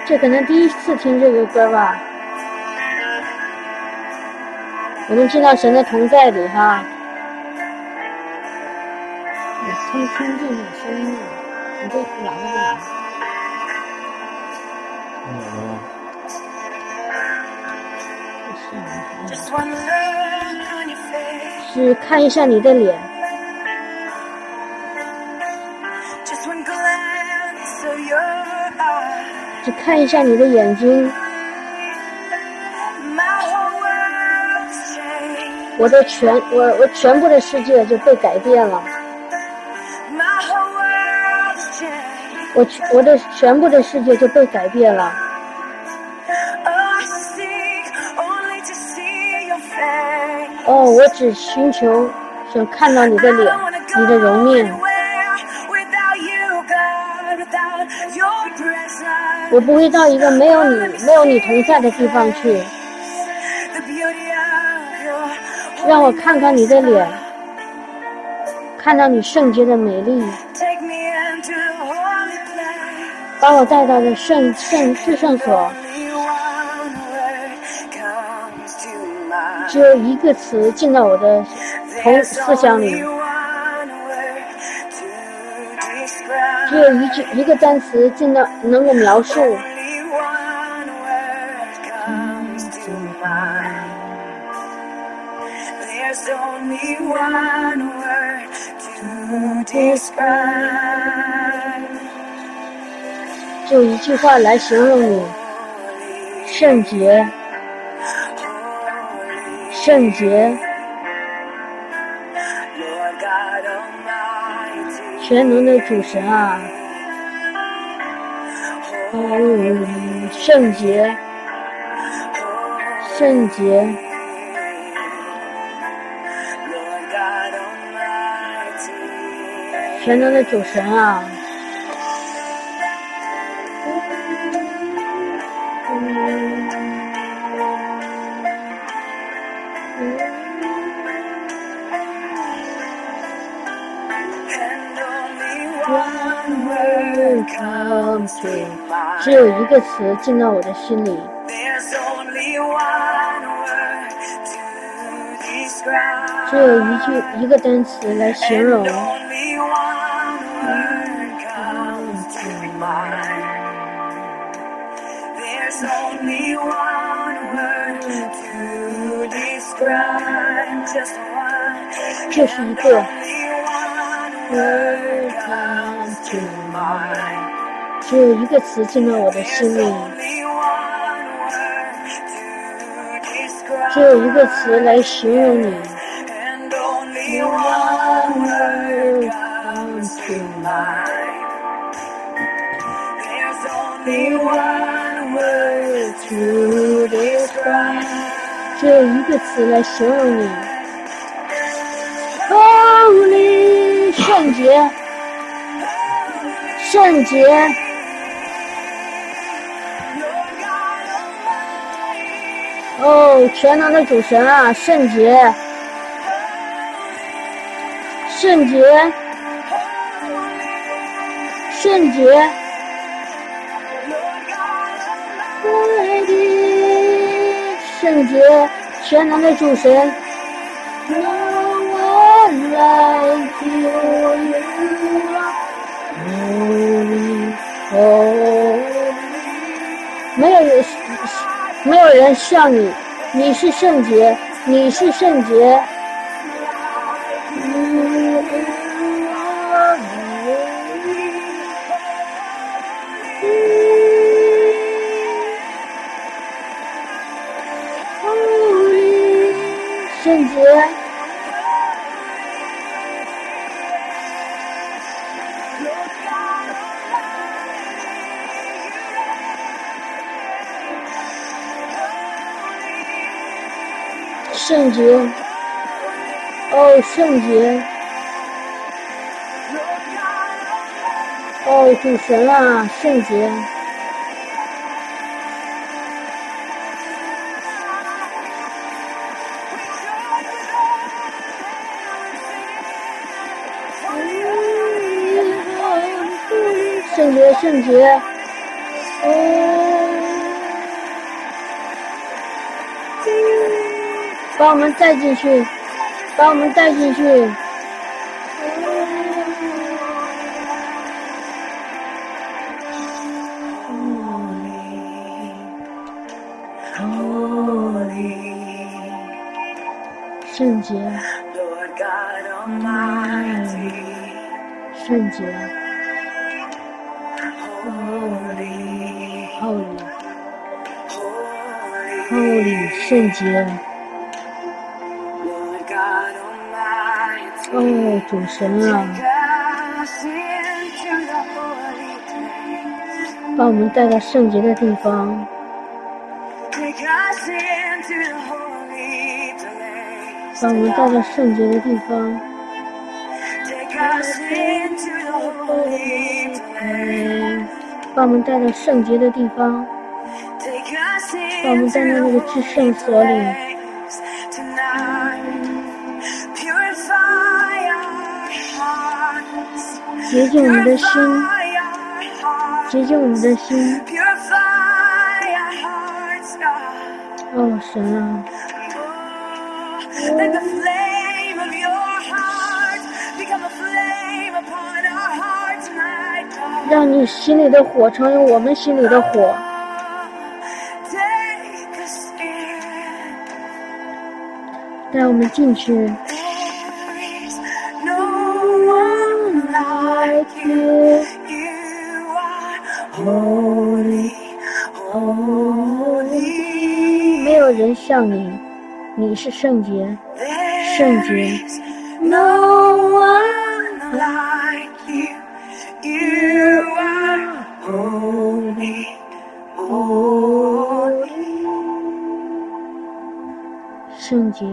这可能第一次听这个歌吧。我们进到神的同在里哈。他们听不见这个声音啊，你这喇叭不喇叭？是看一下你的脸。只看一下你的眼睛，我全部的世界就被改变了，我的全部的世界就被改变了。哦，我只寻求想看到你的脸，你的容面。我不会到一个没有你同在的地方去，让我看看你的脸，看到你圣洁的美丽，把我带到了至圣所。只有一个词进到我的思想里，只有一个单词进到能够描述。只有一句话来形容你：圣洁，圣洁，全能的主神啊！圣洁，圣洁，全能的主神啊！只有一个词进到我的心里，只有一个单词来形容。就是一个。只有一个词进到我的心里，只有一个词来形容你。只有一个词来形容你。Holy， 圣洁，圣洁。哦，全能的主神啊，圣洁，圣洁，圣洁，圣洁，全能的主神。没有人像你，你是圣洁，你是圣洁。圣洁。圣洁，哦，圣洁，哦，主神啊，圣洁，圣洁，圣洁，哦。 把我们带进去，把我们带进去。圣洁，圣洁，Holy，圣洁。哦，主神啊，把我们带到圣洁的地方。把我们带到圣洁的地方。把我们带到圣洁的地方。把我们带到那个至圣所里。洁净我们的心，洁净我们的心。哦，神啊！让你心里的火成为我们心里的火。带我们进去。没有人像你，你是圣洁，圣洁。No one like you, you are holy, holy. 圣洁。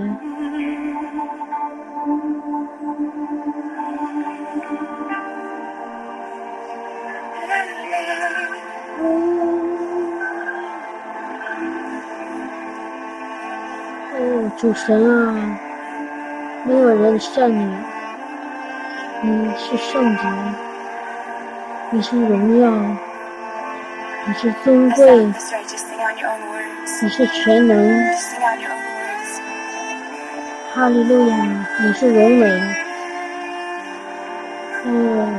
哦，主神啊，没有人像你，你是圣洁，你是荣耀，你是尊贵，你是全能。哈利路亚，你是荣美。哦，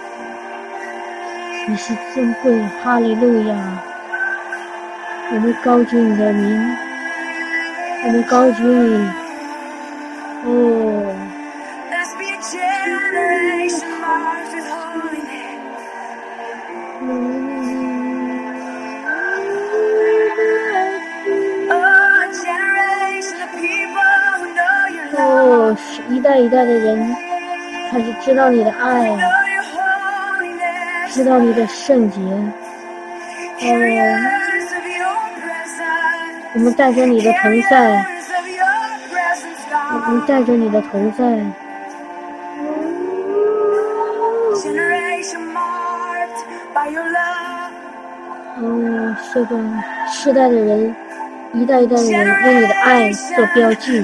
你是尊贵。哈利路亚，我们高举你的名，我们高举你。哦，哦，一代一代的人开始知道你的爱，知道你的圣洁。哦，我们带着你的同在，我们带着你的同在。哦，是的，世代的人，一代一代的人为你的爱做标记。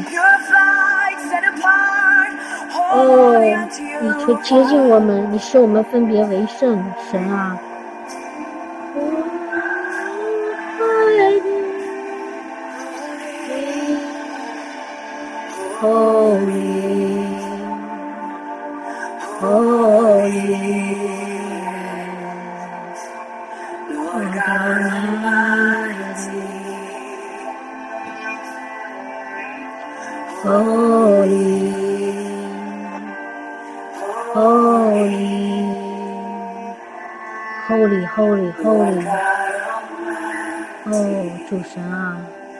哦，你却接近我们，你使我们分别为圣，神啊！Holy, holy, Lord God Almighty. Holy, holy, holy, holy, holy. 哦，主神啊！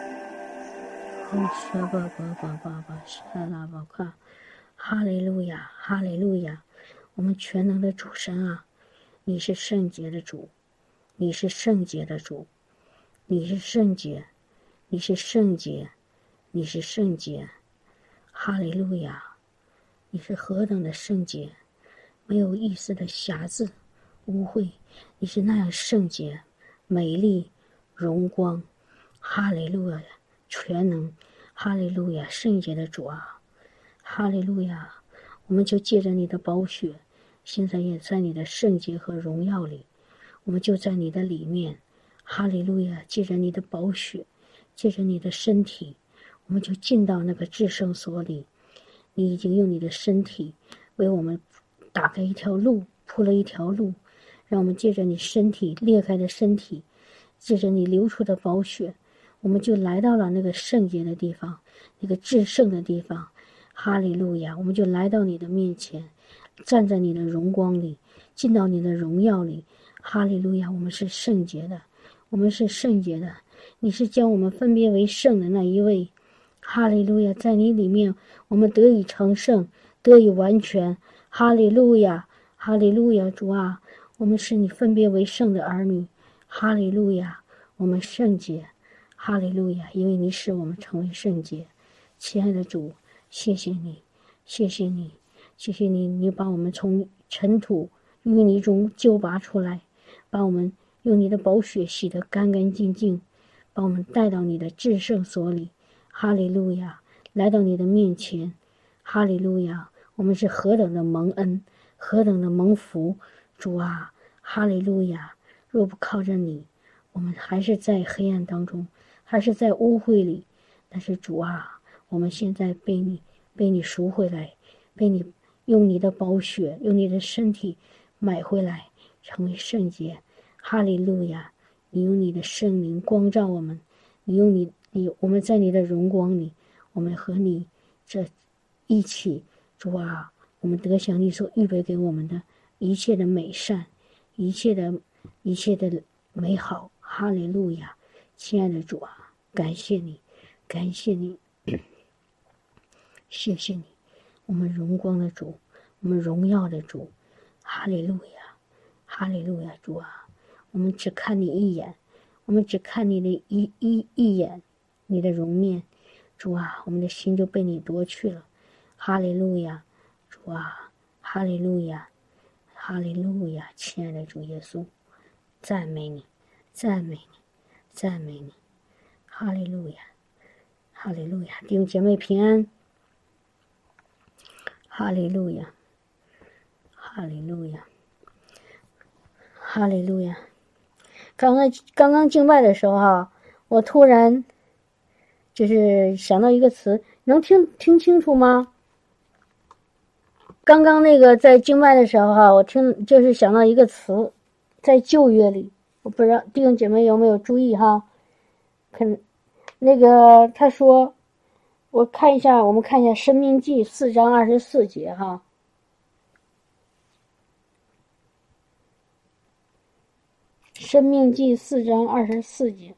哈利路亚，哈利路亚！我们全能的主神啊，你是圣洁的主，你是圣洁的主，你是圣洁，你是圣洁，你是圣洁。哈利路亚！你是何等的圣洁，没有一丝的瑕疵污秽，你是那样圣洁、美丽、荣光。哈利路亚！全能，哈利路亚，圣洁的主啊，哈利路亚！我们就借着你的宝血，现在也在你的圣洁和荣耀里，我们就在你的里面，哈利路亚！借着你的宝血，借着你的身体， 我们就进到那个至圣所里。你已经用你的身体为我们打开一条路，铺了一条路，让我们借着你身体裂开的身体，借着你流出的宝血，我们就来到了那个圣洁的地方，那个至圣的地方。哈利路亚！我们就来到你的面前，站在你的荣光里，进到你的荣耀里。哈利路亚！我们是圣洁的，我们是圣洁的，你是将我们分别为圣的那一位。哈利路亚！在你里面我们得以成圣，得以完全。哈利路亚！哈利路亚！主啊，我们是你分别为圣的儿女。哈利路亚！我们圣洁。哈利路亚！因为你使我们成为圣洁。亲爱的主，谢谢你，谢谢你，谢谢你，你把我们从尘土淤泥中救拔出来，把我们用你的宝血洗得干干净净，把我们带到你的至圣所里。哈利路亚！来到你的面前。哈利路亚！我们是何等的蒙恩，何等的蒙福。主啊，哈利路亚！若不靠着你，我们还是在黑暗当中，还是在污秽里。但是主啊，我们现在被你赎回来，被你用你的宝血，用你的身体买回来，成为圣洁。哈利路亚！你用你的圣灵光照我们，你用我们在你的荣光里，我们和你这一起。主啊，我们得享你所预备给我们的一切的美善，一切的美好。哈利路亚！亲爱的主啊，感谢你，感谢你，谢谢你，我们荣光的主，我们荣耀的主。哈利路亚，哈利路亚！主啊，我们只看你一眼，我们只看你的一眼，你的容面。主啊，我们的心就被你夺去了。哈利路亚！主啊，哈利路亚，哈利路亚！亲爱的主耶稣，赞美你，赞美你，赞美你！哈利路亚，哈利路亚！弟兄姐妹平安！哈利路亚，哈利路亚，哈利路亚！刚刚敬拜的时候哈，我突然就是想到一个词，能听清楚吗？刚刚那个在敬拜的时候哈，我就是想到一个词，在旧约里，我不知道弟兄姐妹有没有注意哈？那个他说，我们看一下《申命记》4章24节哈。申命记4章24节。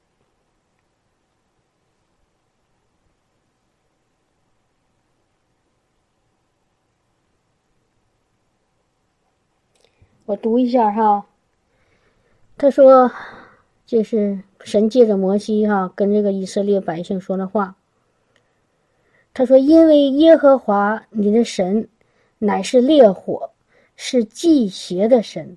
我读一下哈，他说，这是神借着摩西哈跟这个以色列百姓说的话。他说：“因为耶和华你的神乃是烈火，是忌邪的神。”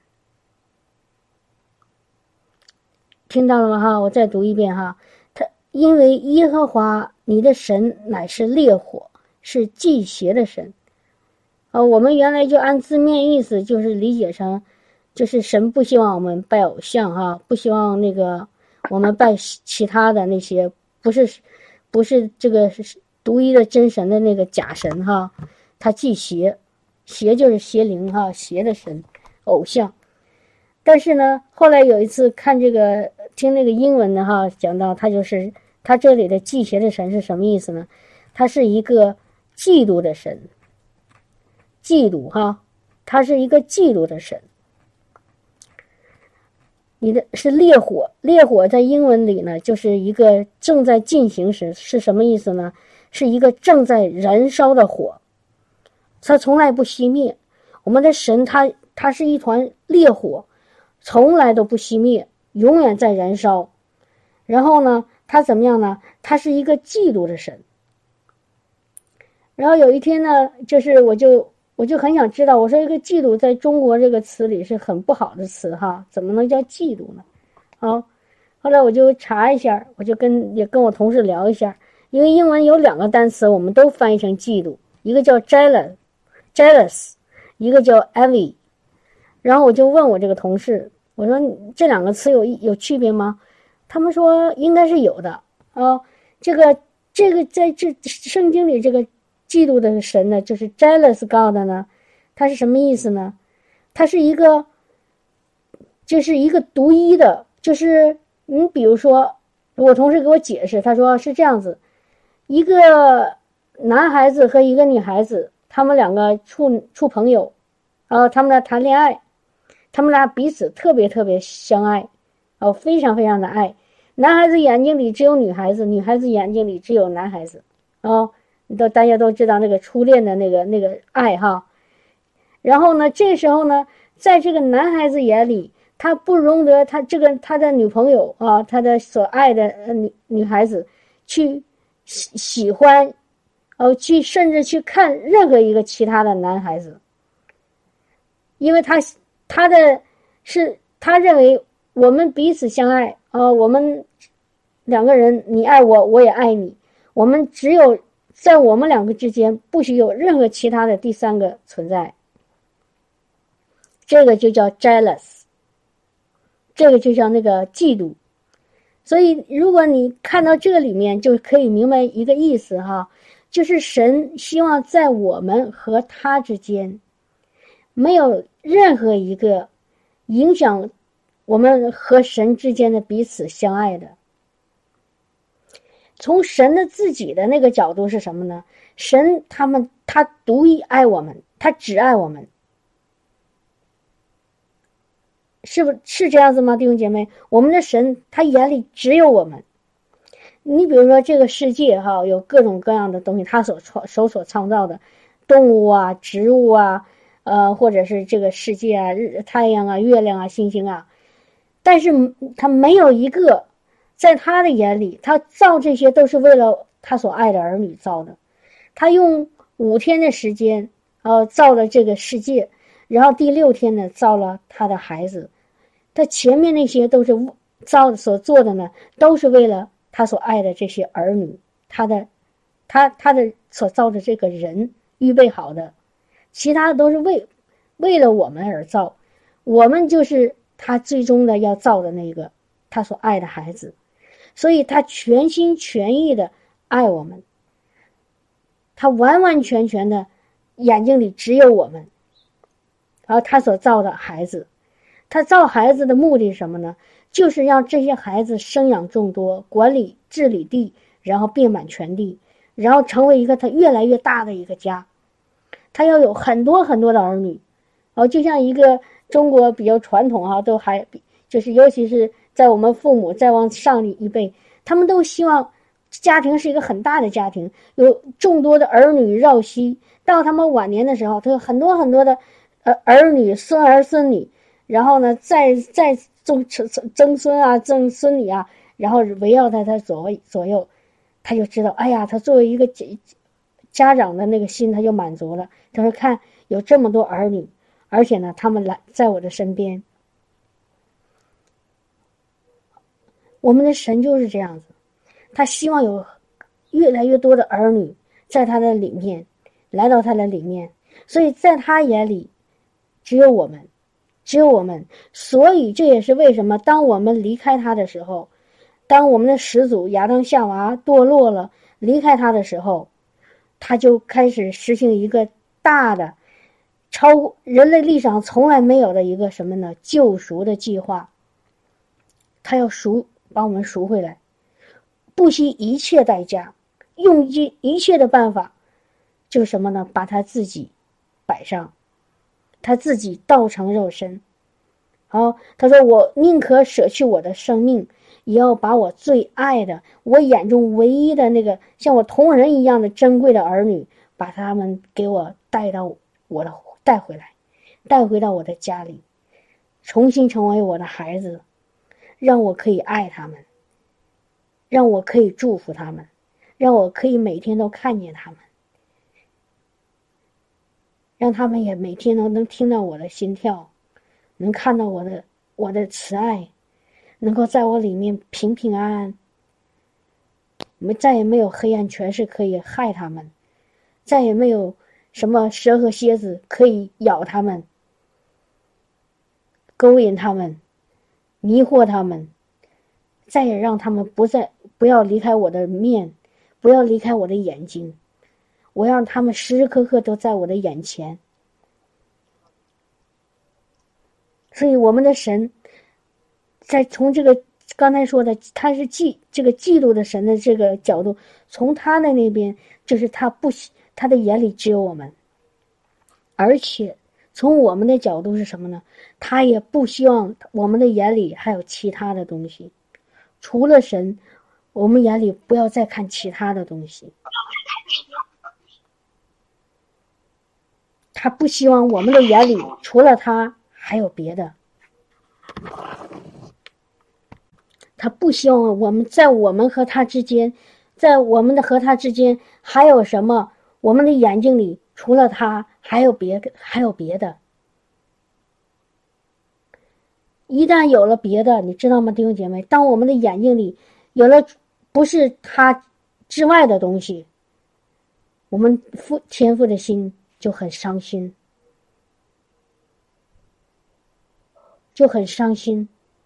听到了吗哈？我再读一遍哈。因为耶和华你的神乃是烈火，是忌邪的神。我们原来就按字面意思就是理解成，就是神不希望我们拜偶像哈，不希望那个我们拜其他的那些不是这个独一的真神的那个假神哈，他忌邪，邪就是邪灵哈，邪的神，偶像。但是呢，后来有一次看听那个英文的哈，讲到他这里的忌邪的神是什么意思呢？他是一个嫉妒的神。嫉妒哈，他是一个嫉妒的神。你的是烈火，烈火在英文里呢，就是一个正在进行时，是什么意思呢？是一个正在燃烧的火，它从来不熄灭。我们的神他是一团烈火，从来都不熄灭，永远在燃烧。然后呢，他怎么样呢？他是一个嫉妒的神。然后有一天呢，就是我就很想知道，我说一个嫉妒在中国这个词里是很不好的词哈，怎么能叫嫉妒呢？好，后来我就查一下，我就也跟我同事聊一下，因为英文有2个单词我们都翻译成嫉妒，一个叫 jealous， 一个叫 envy。然后我就问我这个同事，我说这2个词有区别吗？他们说应该是有的啊。这个这个在这圣经里这个嫉妒的神呢，就是 jealous God 呢，它是什么意思呢？它是一个就是一个独一的，就是你比如说我同事给我解释，他说是这样子，一个男孩子和一个女孩子，他们两个处朋友，他们俩谈恋爱，他们俩彼此特别特别相爱，非常非常的爱。男孩子眼睛里只有女孩子，女孩子眼睛里只有男孩子，大家都知道那个初恋的那个爱哈。然后呢，这时候呢，在这个男孩子眼里，他不容得他的女朋友啊，他的所爱的女孩子去喜欢，甚至去看任何一个其他的男孩子，因为他认为我们彼此相爱我们两个人你爱我，我也爱你，我们只有在我们两个之间不许有任何其他的第三个存在。这个就叫 jealous， 这个就叫那个嫉妒。所以如果你看到这个里面，就可以明白一个意思哈，就是神希望在我们和他之间没有任何一个影响我们和神之间的彼此相爱的。从神的自己的那个角度是什么呢？神他独一爱我们，他只爱我们，是这样子吗，弟兄姐妹？我们的神他眼里只有我们。你比如说这个世界哈，有各种各样的东西，他手所创造的动物啊、植物啊，或者是这个世界啊、太阳啊、月亮啊、星星啊，但是他没有一个在他的眼里，他造这些都是为了他所爱的儿女造的。他用5天的时间造了这个世界，然后第6天呢造了他的孩子。他前面那些都是所做的呢，都是为了他所爱的这些儿女，他的所造的这个人预备好的，其他的都是为了我们而造，我们就是他最终的要造的那个他所爱的孩子，所以他全心全意的爱我们，他完完全全的眼睛里只有我们，而他所造的孩子，他造孩子的目的是什么呢？就是让这些孩子生养众多，治理地，然后遍满全地，然后成为一个他越来越大的一个家。他要有很多很多的儿女，就像一个中国比较传统都还就是尤其是在我们父母再往上一辈，他们都希望家庭是一个很大的家庭，有众多的儿女绕膝，到他们晚年的时候，他有很多很多的儿女、孙儿孙女，然后呢再曾孙啊、曾孙女啊，然后围绕在他左右，他就知道，哎呀，他作为一个家长的那个心他就满足了。他说看有这么多儿女，而且呢他们来在我的身边。我们的神就是这样子，他希望有越来越多的儿女在他的里面，来到他的里面，所以在他眼里只有我们，所以这也是为什么当我们离开他的时候，当我们的始祖亚当夏娃堕落了，离开他的时候，他就开始实行一个大的超人类历史上从来没有的一个什么呢？救赎的计划。他要把我们赎回来，不惜一切代价，用尽一切的办法，就是什么呢？把他自己摆上，他自己道成肉身。他说我宁可舍去我的生命，也要把我最爱的，我眼中唯一的那个像我同人一样的珍贵的儿女，把他们给我带回来，带回到我的家里，重新成为我的孩子，让我可以爱他们，让我可以祝福他们，让我可以每天都看见他们，让他们也每天都能听到我的心跳，能看到我的慈爱，能够在我里面平平安安。我们再也没有黑暗权势可以害他们，再也没有什么蛇和蝎子可以咬他们，勾引他们，迷惑他们，再也让他们不要离开我的面， 不要离开我的眼睛，我要让他们时时刻刻都在我的眼前。所以我们的神在从这个刚才说的他是这个嫉妒的神的这个角度，从他的那边就是他的眼里只有我们，而且从我们的角度是什么呢？他也不希望我们的眼里还有其他的东西，除了神，我们眼里不要再看其他的东西。他不希望我们的眼里除了他还有别的，他不希望我们在我们和他之间，在我们的和他之间还有什么？我们的眼睛里除了他还有别的。一旦有了别的，你知道吗，弟兄姐妹？当我们的眼睛里有了不是他之外的东西，我们天父的心就很伤心，就很伤心，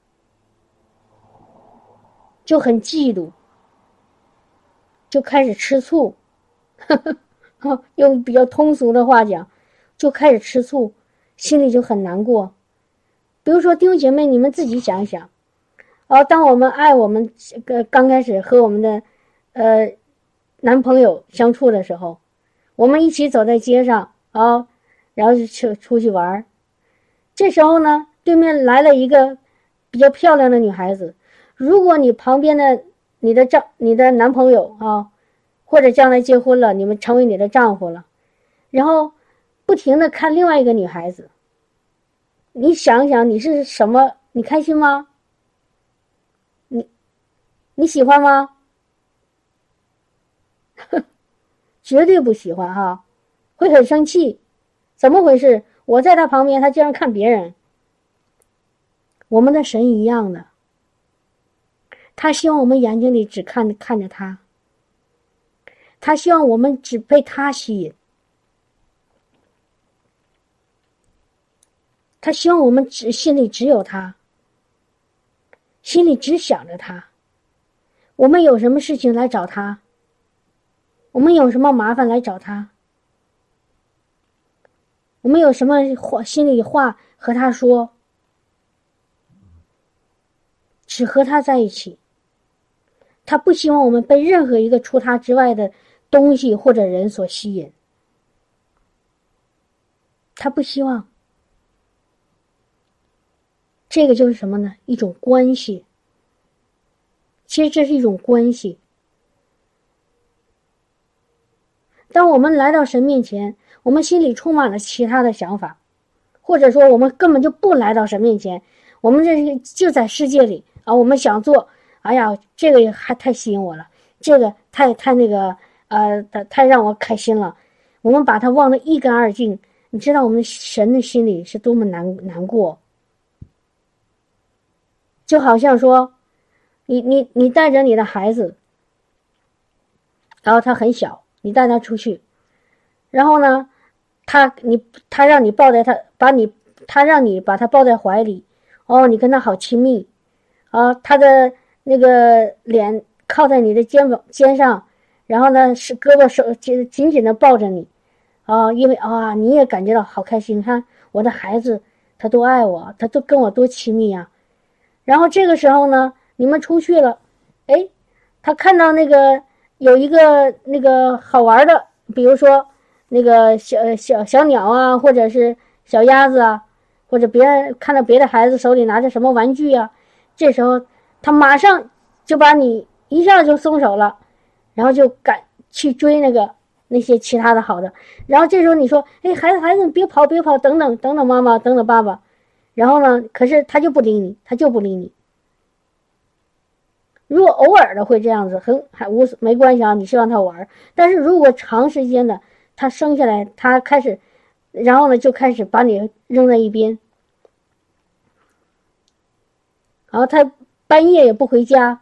就很嫉妒，就开始吃醋。用比较通俗的话讲，就开始吃醋，心里就很难过。比如说弟兄姐妹，你们自己想一想，当我们爱我们刚开始和我们的男朋友相处的时候，我们一起走在街上然后就出去玩，这时候呢，对面来了一个比较漂亮的女孩子，如果你旁边的你的男朋友或者将来结婚了，你们成为你的丈夫了，然后不停地看另外一个女孩子，你想想你是什么？你开心吗？你喜欢吗？绝对不喜欢会很生气。怎么回事？我在他旁边，他竟然看别人。我们的神一样的，他希望我们眼睛里只看着他，他希望我们只被他吸引，他希望我们心里只有他，心里只想着他。我们有什么事情来找他，我们有什么麻烦来找他，我们有什么心里话和他说，只和他在一起。他不希望我们被任何一个除他之外的东西或者人所吸引，他不希望。这个就是什么呢？一种关系。其实这是一种关系。当我们来到神面前，我们心里充满了其他的想法，或者说我们根本就不来到神面前，我们这就在世界里我们想做，哎呀，这个还太吸引我了，这个太那个太让我开心了，我们把它忘得一干二净。你知道我们神的心里是多么难过。就好像说你带着你的孩子，然后他很小，你带他出去，然后呢他让你抱在他让你把他抱在怀里，你跟他好亲密他的那个脸靠在你的肩上，然后呢是胳膊手紧紧的抱着你因为你也感觉到好开心，看我的孩子他多爱我，他都跟我多亲密啊。然后这个时候呢，你们出去了，他看到有一个那个好玩的，比如说那个小鸟或者是小鸭子或者别人看到别的孩子手里拿着什么玩具这时候他马上就把你一下就松手了，然后就赶去追那些其他的好的。然后这时候你说，孩子别跑，等等妈妈，等等爸爸。然后呢，可是他就不理你，如果偶尔的会这样子，没关系你希望他玩。但是如果长时间的，他生下来，他开始，然后呢就开始把你扔在一边，然后他半夜也不回家，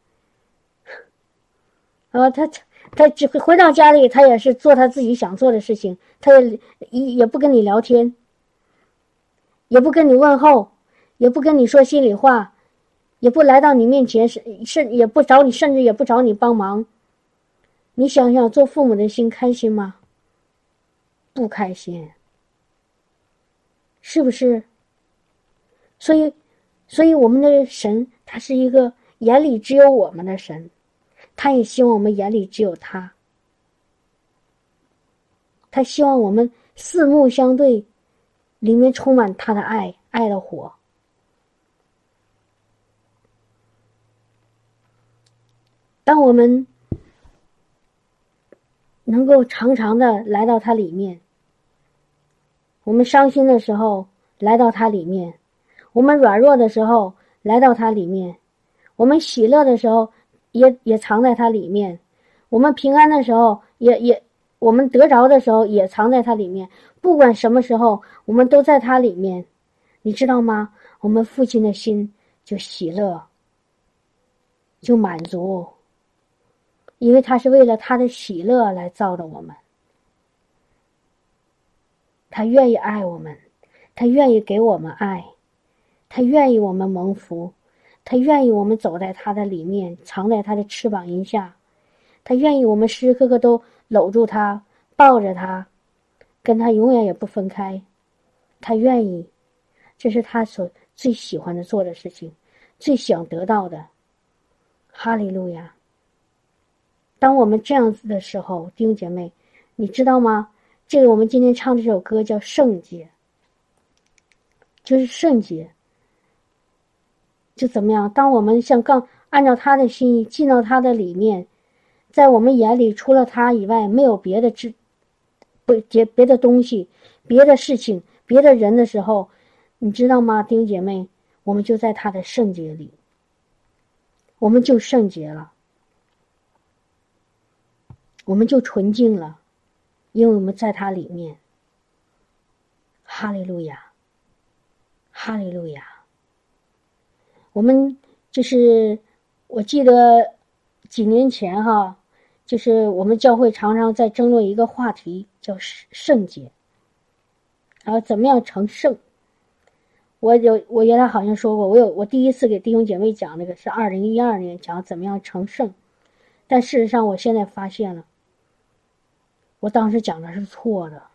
他只回到家里，他也是做他自己想做的事情，他也不跟你聊天，也不跟你问候，也不跟你说心里话，也不来到你面前，也不找你，甚至也不找你帮忙。 你想想，做父母的心开心吗？不开心，是不是？所以我们的神，他是一个眼里只有我们的神，他也希望我们眼里只有他。他希望我们四目相对，里面充满他的爱，爱的火。当我们能够常常的来到他里面，我们伤心的时候来到他里面，我们软弱的时候来到他里面，我们喜乐的时候也藏在他里面，我们平安的时候我们得着的时候也藏在他里面。不管什么时候，我们都在他里面，你知道吗？我们父亲的心就喜乐，就满足，因为他是为了他的喜乐来造的我们。他愿意爱我们，他愿意给我们爱，他愿意我们蒙福，他愿意我们走在他的里面，藏在他的翅膀荫下，他愿意我们时时刻刻都搂住他，抱着他，跟他永远也不分开。他愿意，这是他所最喜欢的做的事情，最想得到的。哈利路亚！当我们这样子的时候，弟兄姐妹，你知道吗？这个我们今天唱这首歌叫圣洁，就是圣洁。就怎么样？当我们按照他的心意进到他的里面，在我们眼里除了他以外没有别的别的东西，别的事情，别的人的时候，你知道吗，弟兄姐妹？我们就在他的圣洁里，我们就圣洁了，我们就纯净了，因为我们在他里面。哈利路亚，哈利路亚。我们就是我记得几年前就是我们教会常常在争论一个话题，叫圣洁，然后怎么样成圣。我原来好像说过，我第一次给弟兄姐妹讲那个是2012年讲怎么样成圣，但事实上我现在发现了，我当时讲的是错的。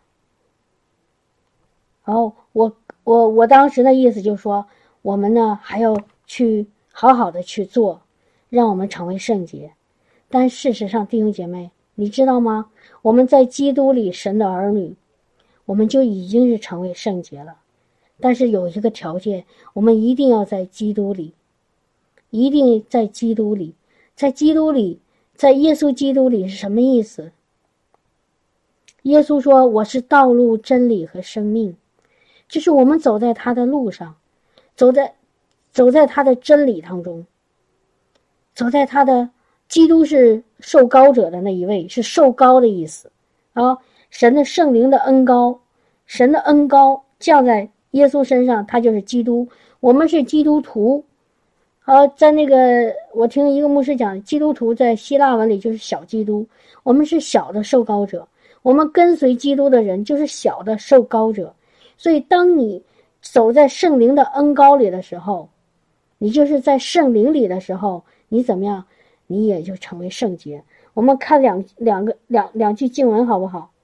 然后我当时的意思就是说，我们呢还要去好好的去做，让我们成为圣洁。但事实上，弟兄姐妹，你知道吗？我们在基督里神的儿女，我们就已经是成为圣洁了。但是有一个条件，我们一定要在基督里，一定在基督里，在基督里，在耶稣基督里是什么意思？耶稣说：“我是道路、真理和生命。”就是我们走在他的路上，走在他的真理当中，走在他的基督是受膏者的那一位，是受膏的意思啊。神的圣灵的恩膏，神的恩膏降在耶稣身上，他就是基督。我们是基督徒。在那个我听一个牧师讲，基督徒在希腊文里就是小基督，我们是小的受膏者，我们跟随基督的人就是小的受膏者。所以当你走在圣灵的恩膏里的时候，你就是在圣灵里的时候，你怎么样？你也就成为圣洁。我们看两句经文好不好？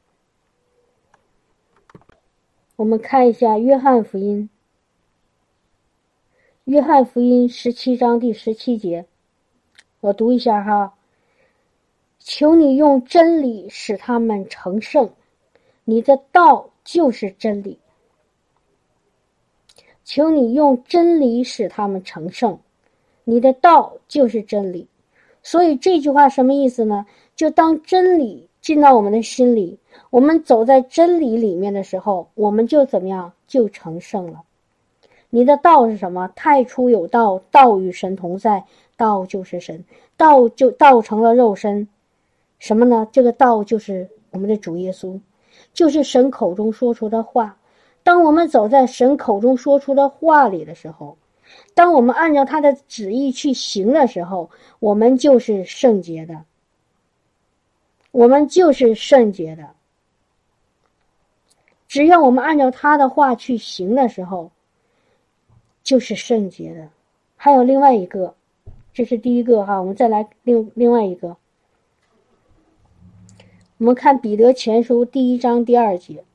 我们看一下约翰福音17章第17节，我读一下哈。求你用真理使他们成圣，你的道就是真理。求你用真理使他们成圣，你的道就是真理。所以这句话什么意思呢？就当真理进到我们的心里，我们走在真理里面的时候，我们就怎么样？就成圣了。你的道是什么？太初有道，道与神同在，道就是神，道成了肉身。什么呢？这个道就是我们的主耶稣，就是神口中说出的话。当我们走在神口中说出的话里的时候，当我们按照他的旨意去行的时候，我们就是圣洁的，我们就是圣洁的。只要我们按照他的话去行的时候，就是圣洁的。还有另外一个，这是第一个哈，我们再来另外一个。 我们看彼得前书第1章第2节。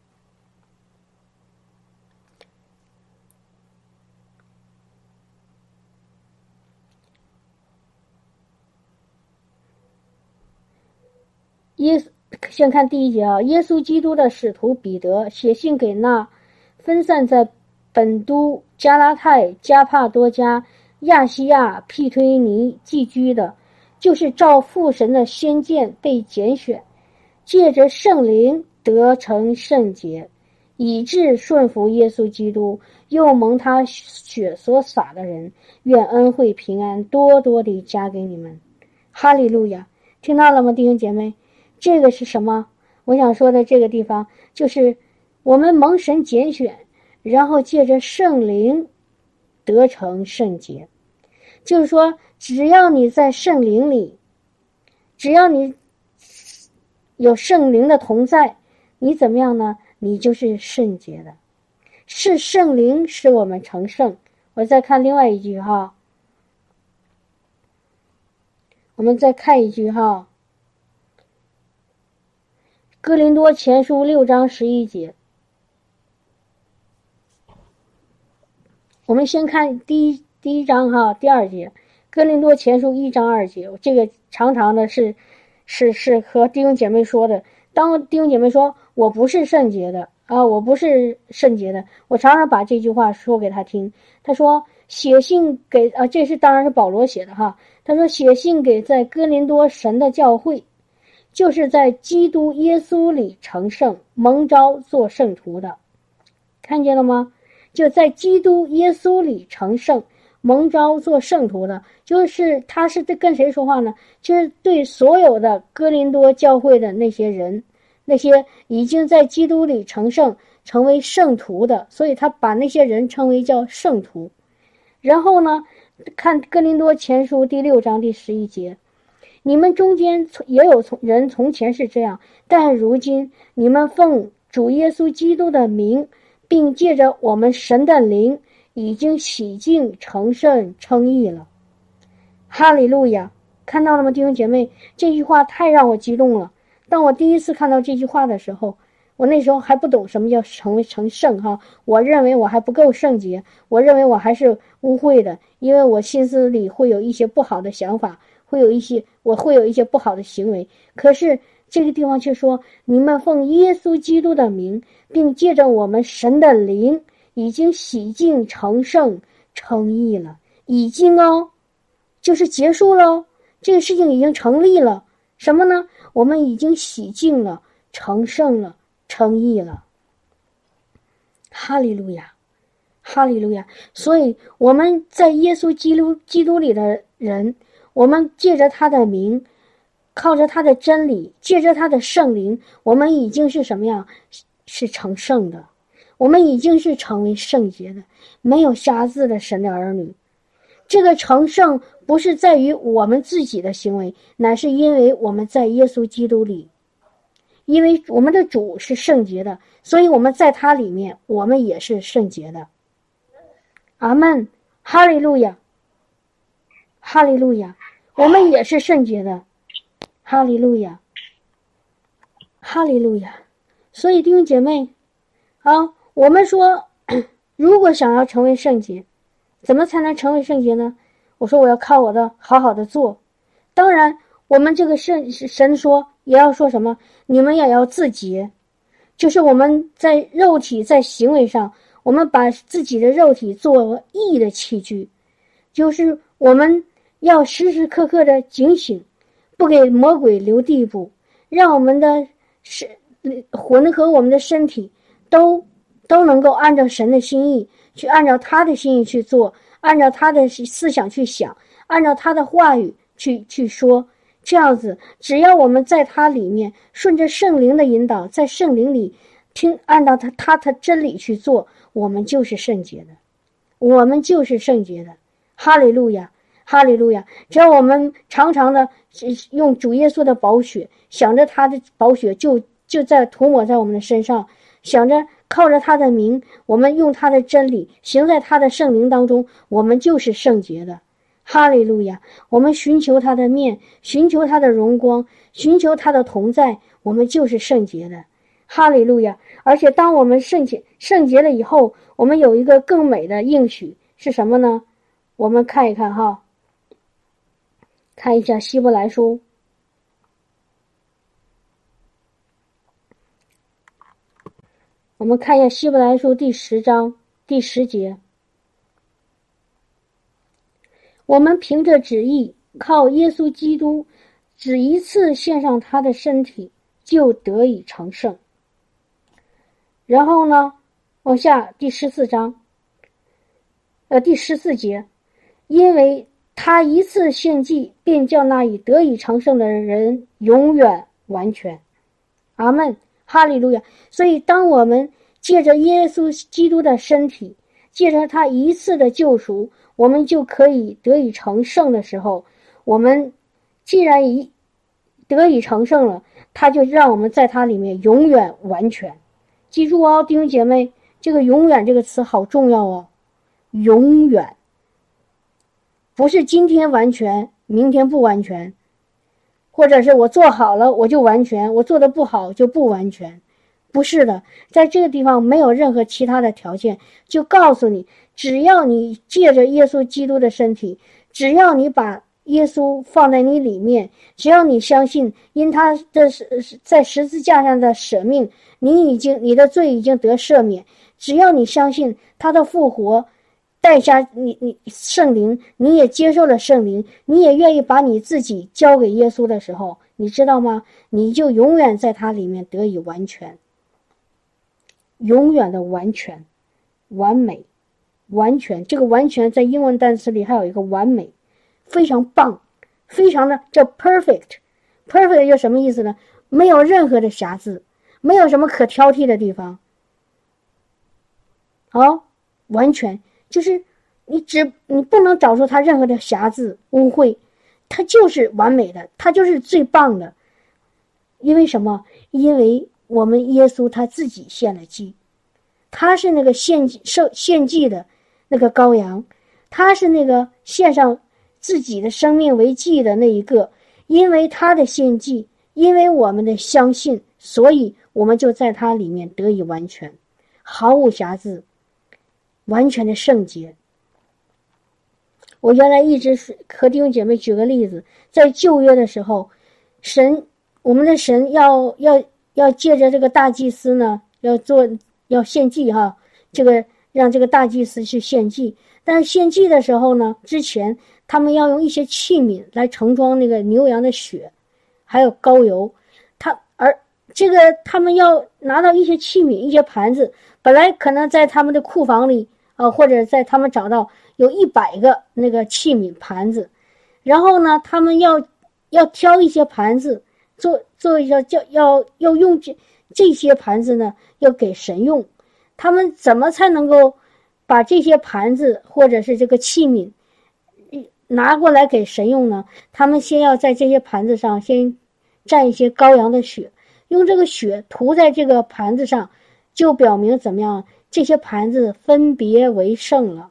先看第1节啊，耶稣基督的使徒彼得写信给那分散在本都、加拉太、加帕多家、亚细亚、庇推尼寄居的，就是照父神的先见被拣选，借着圣灵得成圣洁，以致顺服耶稣基督，又蒙他血所洒的人，愿恩惠平安多多地加给你们。哈利路亚！听到了吗，弟兄姐妹？这个是什么？我想说的这个地方就是我们蒙神拣选，然后借着圣灵得成圣洁。就是说，只要你在圣灵里，只要你有圣灵的同在，你怎么样呢？你就是圣洁的。是圣灵使我们成圣。我再看另外一句哈，我们再看一句哈，哥林多前书6章11节。我们先看第一章哈，第2节，哥林多前书1章2节。这个常常的是和弟兄姐妹说的。当弟兄姐妹说我不是圣洁的啊，我不是圣洁的，我常常把这句话说给他听。他说写信给这是当然是保罗写的哈。他说写信给在哥林多神的教会，就是在基督耶稣里成圣，蒙召做圣徒的。看见了吗？就在基督耶稣里成圣，蒙召做圣徒的，就是他是跟谁说话呢？就是对所有的哥林多教会的那些人，那些已经在基督里成圣，成为圣徒的，所以他把那些人称为叫圣徒。然后呢，看哥林多前书第6章第11节，你们中间也有人从前是这样，但如今你们奉主耶稣基督的名，并借着我们神的灵，已经洗净成圣称义了。哈利路亚！看到了吗，弟兄姐妹？这句话太让我激动了。当我第一次看到这句话的时候，我那时候还不懂什么叫成圣哈，我认为我还不够圣洁，我认为我还是污秽的，因为我心思里会有一些不好的想法，我会有一些不好的行为。可是这个地方却说，你们奉耶稣基督的名，并借着我们神的灵，已经洗净成圣称义了。已经哦，就是结束了，这个事情已经成立了。什么呢？我们已经洗净了，成圣了，称义了。哈利路亚，哈利路亚！所以我们在耶稣基督里的人，我们借着他的名，靠着他的真理，借着他的圣灵，我们已经是什么样？是成圣的，我们已经是成为圣洁的，没有瑕疵的神的儿女。这个成圣不是在于我们自己的行为，乃是因为我们在耶稣基督里，因为我们的主是圣洁的，所以我们在他里面，我们也是圣洁的。阿们，哈利路亚，哈利路亚，我们也是圣洁的。哈利路亚，哈利路亚。所以弟兄姐妹我们说如果想要成为圣洁，怎么才能成为圣洁呢？我说我要靠我的好好的做。当然我们这个神说也要说什么，你们也要自洁，就是我们在肉体在行为上，我们把自己的肉体做义的器具，就是我们要时时刻刻的警醒，不给魔鬼留地步，让我们的魂和我们的身体都能够按照神的心意去，按照他的心意去做，按照他的思想去想，按照他的话语去说。这样子，只要我们在他里面顺着圣灵的引导，在圣灵里按照他真理去做，我们就是圣洁的，我们就是圣洁的。哈利路亚，哈利路亚！只要我们常常的用主耶稣的宝血，想着他的宝血就在涂抹在我们的身上，想着靠着他的名，我们用他的真理行在他的圣灵当中，我们就是圣洁的。哈利路亚！我们寻求他的面，寻求他的荣光，寻求他的同在， 我们就是圣洁的。哈利路亚！而且当我们圣洁了以后，我们有一个更美的应许是什么呢？我们看一看哈，看一下希伯来书。我们看一下希伯来书第10章第10节。我们凭着旨意，靠耶稣基督只一次献上他的身体，就得以成圣。然后呢，往下第14章，第14节，因为他一次献祭，便叫那已得以成圣的人永远完全。阿们，哈利路亚。所以当我们借着耶稣基督的身体，借着他一次的救赎，我们就可以得以成圣的时候，我们既然得以成圣了，他就让我们在他里面永远完全。记住哦，弟兄姐妹，这个永远这个词好重要哦。永远不是今天完全明天不完全，或者是我做好了我就完全，我做的不好就不完全，不是的。在这个地方没有任何其他的条件，就告诉你，只要你借着耶稣基督的身体，只要你把耶稣放在你里面，只要你相信因他的在十字架上的舍命，你的罪已经得赦免，只要你相信他的复活带下你圣灵，你也接受了圣灵，你也愿意把你自己交给耶稣的时候，你知道吗？你就永远在他里面得以完全，永远的完全，完美，完全。这个完全在英文单词里还有一个完美，非常棒，非常的叫 perfect。perfect 又什么意思呢？没有任何的瑕疵，没有什么可挑剔的地方。好，完全就是你不能找出它任何的瑕疵污秽，它就是完美的，它就是最棒的。因为什么？因为我们耶稣他自己献了祭，他是那个献祭的那个羔羊，他是那个献上自己的生命为祭的那一个。因为他的献祭，因为我们的相信，所以我们就在他里面得以完全，毫无瑕疵，完全的圣洁。我原来一直和弟兄姐妹举个例子，在旧约的时候，我们的神要借着这个大祭司呢，要献祭哈，这个让这个大祭司去献祭。但是献祭的时候呢，之前他们要用一些器皿来盛装那个牛羊的血，还有膏油。他们要拿到一些器皿、一些盘子，本来可能在他们的库房里或者在他们找到有100个那个器皿盘子，然后呢，他们要挑一些盘子做一个要用这些盘子呢，要给神用。他们怎么才能够把这些盘子或者是这个器皿拿过来给神用呢？他们先要在这些盘子上先蘸一些羔羊的血，用这个血涂在这个盘子上，就表明怎么样？这些盘子分别为圣了。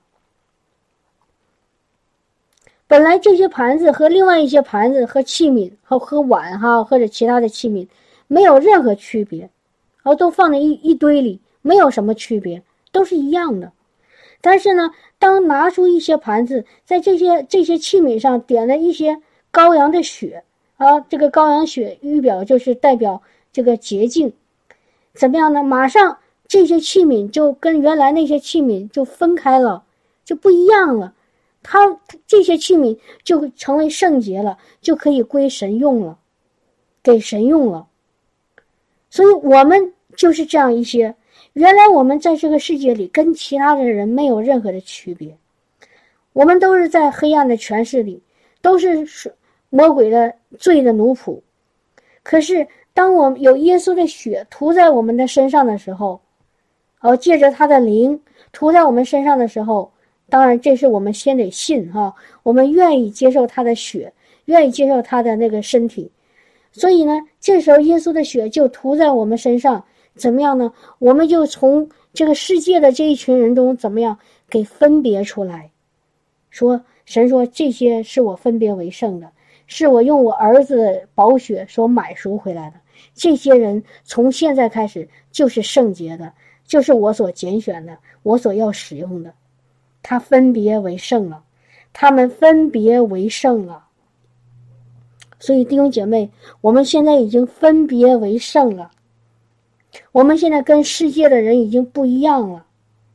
本来这些盘子和另外一些盘子和器皿和碗或者其他的器皿没有任何区别，都放在一堆里，没有什么区别，都是一样的。但是呢，当拿出一些盘子，在这些器皿上点了一些羔羊的血这个羔羊血预表就是代表这个洁净，怎么样呢？马上这些器皿就跟原来那些器皿就分开了，就不一样了。这些器皿就成为圣洁了，就可以归神用了，给神用了。所以我们就是这样一些，原来我们在这个世界里跟其他的人没有任何的区别，我们都是在黑暗的权势里，都是魔鬼的罪的奴仆。可是当我们有耶稣的血涂在我们的身上的时候，借着他的灵涂在我们身上的时候，当然这是我们先得信我们愿意接受他的血，愿意接受他的那个身体。所以呢，这时候耶稣的血就涂在我们身上，怎么样呢？我们就从这个世界的这一群人中怎么样给分别出来，神说这些是我分别为圣的， 是我用我儿子的宝血所买赎回来的。这些人从现在开始就是圣洁的，就是我所拣选的，我所要使用的。他分别为圣了，他们分别为圣了。所以弟兄姐妹，我们现在已经分别为圣了，我们现在跟世界的人已经不一样了。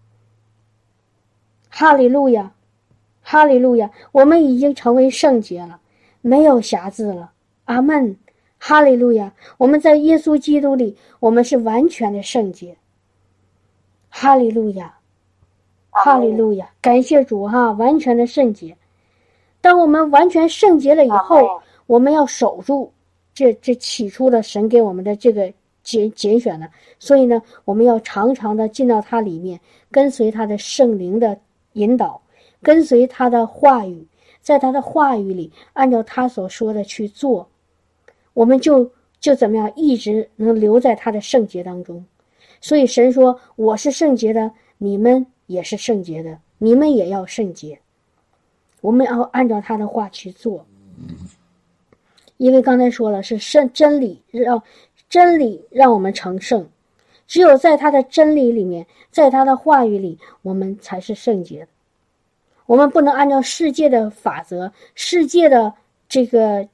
哈利路亚，哈利路亚，我们已经成为圣洁了，没有瑕疵了。阿们，哈利路亚，我们在耶稣基督里，我们是完全的圣洁。哈利路亚，哈利路亚，感谢主哈，完全的圣洁。当我们完全圣洁了以后，我们要守住这起初的神给我们的这个拣选的，所以呢，我们要常常的进到它里面，跟随他的圣灵的引导，跟随他的话语，在他的话语里按照他所说的去做，我们就怎么样一直能留在他的圣洁当中。所以神说，我是圣洁的，你们也是圣洁的，你们也要圣洁。我们要按照他的话去做，因为刚才说了是真理让我们成圣，只有在他的真理里面，在他的话语里，我们才是圣洁的。我们不能按照世界的法则，世界的这个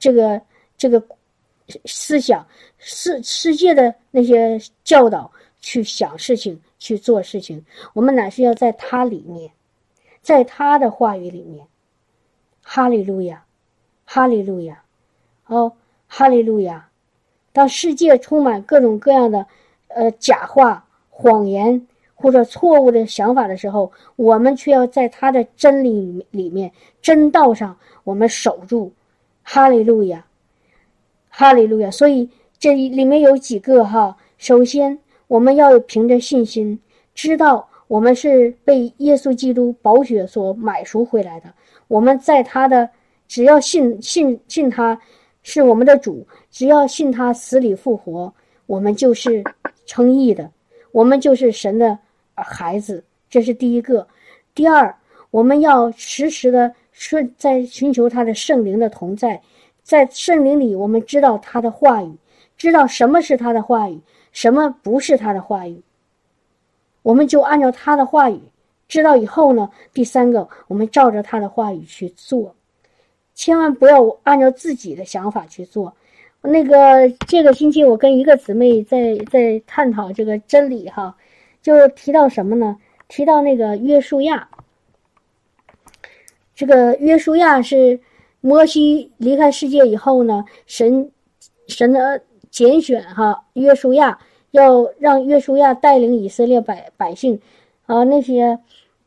思想，世界的那些教导去想事情，去做事情。我们乃是要在他里面，在他的话语里面。哈利路亚，哈利路亚，哈利路亚。当世界充满各种各样的假话、谎言或者错误的想法的时候，我们却要在他的真理里面，真道上我们守住。哈利路亚，哈利路亚。所以这里面有几个哈，首先我们要凭着信心知道我们是被耶稣基督宝血所买赎回来的，我们在他的只要信他是我们的主，只要信他死里复活，我们就是称义的，我们就是神的孩子，这是第一个。第二，我们要时时的在寻求他的圣灵的同在，在圣灵里我们知道他的话语，知道什么是他的话语，什么不是他的话语，我们就按照他的话语知道以后呢，第三个，我们照着他的话语去做，千万不要按照自己的想法去做。这个星期我跟一个姊妹在探讨这个真理哈，就提到什么呢？提到那个约书亚。这个约书亚是摩西离开世界以后呢，神的拣选哈，约书亚要让约书亚带领以色列百姓啊，那些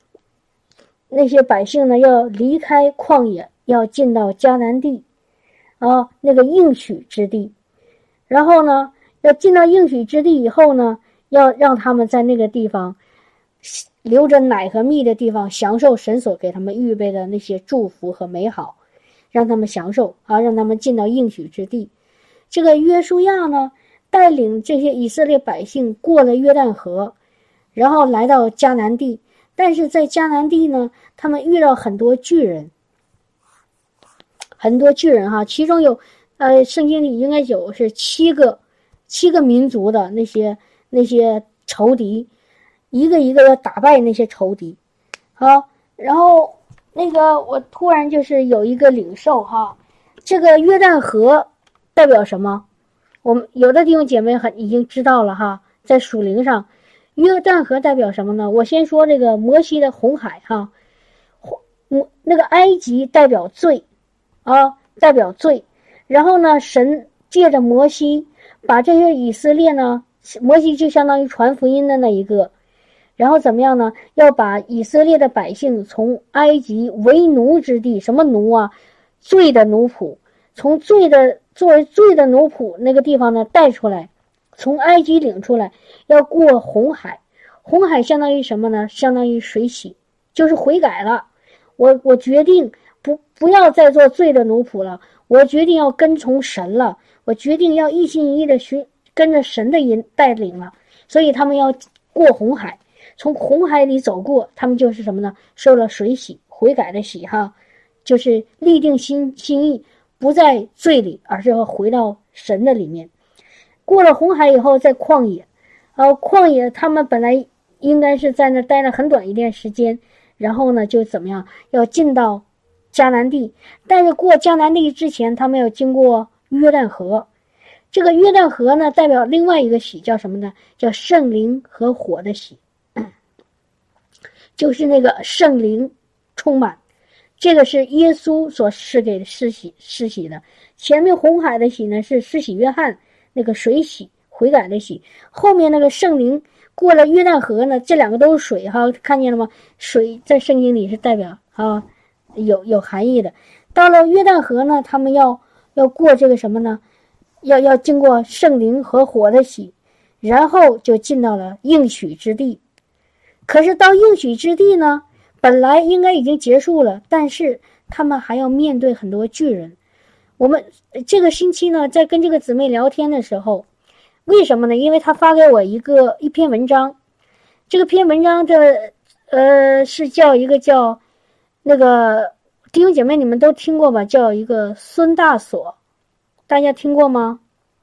百姓呢要离开旷野，要进到迦南地啊，那个应许之地。然后呢，要进到应许之地以后呢，要让他们在那个地方流着奶和蜜的地方享受神所给他们预备的那些祝福和美好，让他们享受啊，让他们进到应许之地。这个约书亚呢，带领这些以色列百姓过了约旦河，然后来到迦南地。但是在迦南地呢，他们遇到很多巨人哈，其中有圣经里应该有是七个民族的那些仇敌，一个一个要打败那些仇敌。好，然后我突然就是有一个领受哈，这个约旦河代表什么？我们有的弟兄姐妹已经知道了哈，在属灵上，约旦河代表什么呢？我先说这个摩西的红海哈，那个埃及代表罪啊，代表罪。然后呢，神借着摩西把这些以色列呢，摩西就相当于传福音的那一个，然后怎么样呢？要把以色列的百姓从埃及为奴之地，什么奴啊？罪的奴仆，从作为罪的奴仆那个地方呢带出来，从埃及领出来，要过红海。红海相当于什么呢？相当于水洗，就是悔改了。我决定不要再做罪的奴仆了，我决定要跟从神了，我决定要一心一意的跟着神的带领了。所以他们要过红海，从红海里走过，他们就是什么呢？受了水洗，悔改的洗哈，就是立定心意， 不在罪里，而是要回到神的里面。过了红海以后，在旷野，旷野他们本来应该是在那待了很短一段时间，然后呢就怎么样，要进到迦南地，但是过迦南地之前，他们要经过约旦河。这个约旦河呢，代表另外一个喜，叫什么呢？叫圣灵和火的喜，就是那个圣灵充满。这个是耶稣所施给的施洗的。前面红海的喜呢，是施洗约翰那个水洗悔改的喜，后面那个圣灵过了约旦河呢，这两个都是水哈，看见了吗？水在圣经里是代表有含义的。到了约旦河呢，他们要过这个什么呢？要经过圣灵和火的洗，然后就进到了应许之地。可是到应许之地呢，本来应该已经结束了，但是他们还要面对很多巨人。我们这个星期呢，在跟这个姊妹聊天的时候，为什么呢？因为她发给我一篇文章，这个篇文章是叫一个叫那个弟兄姐妹你们都听过吧？叫一个孙大所，大家听过吗？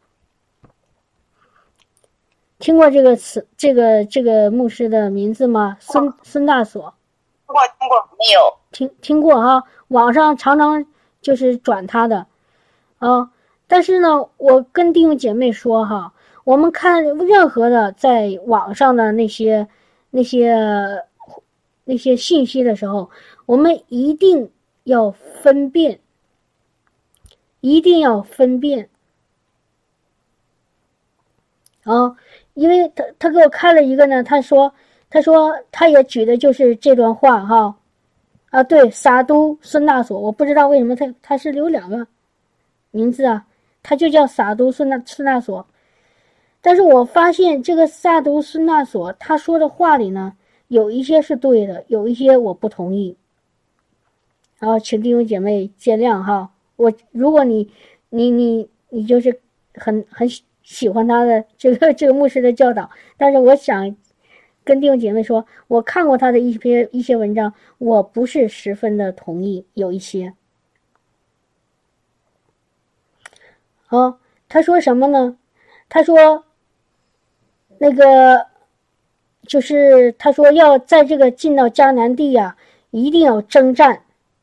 听过这个词，这个牧师的名字吗？孙大所。 听过没有？ 听过哈，网上常常就是转他的但是呢，我跟弟兄姐妹说哈，我们看任何的在网上的那些信息的时候，我们一定要分辨，因为他给我看了一个呢，他说他也举的就是这段话哈。对，撒都孙大所，我不知道为什么他是有两个名字啊，他就叫撒都孙大所。但是我发现这个撒都孙大所他说的话里呢，有一些是对的，有一些我不同意。请弟兄姐妹见谅哈。如果你就是很喜欢他的这个牧师的教导，但是我想跟弟兄姐妹说，我看过他的一些文章，我不是十分的同意，有一些。他说什么呢？他说那个就是他说要在这个进到迦南地一定要征战，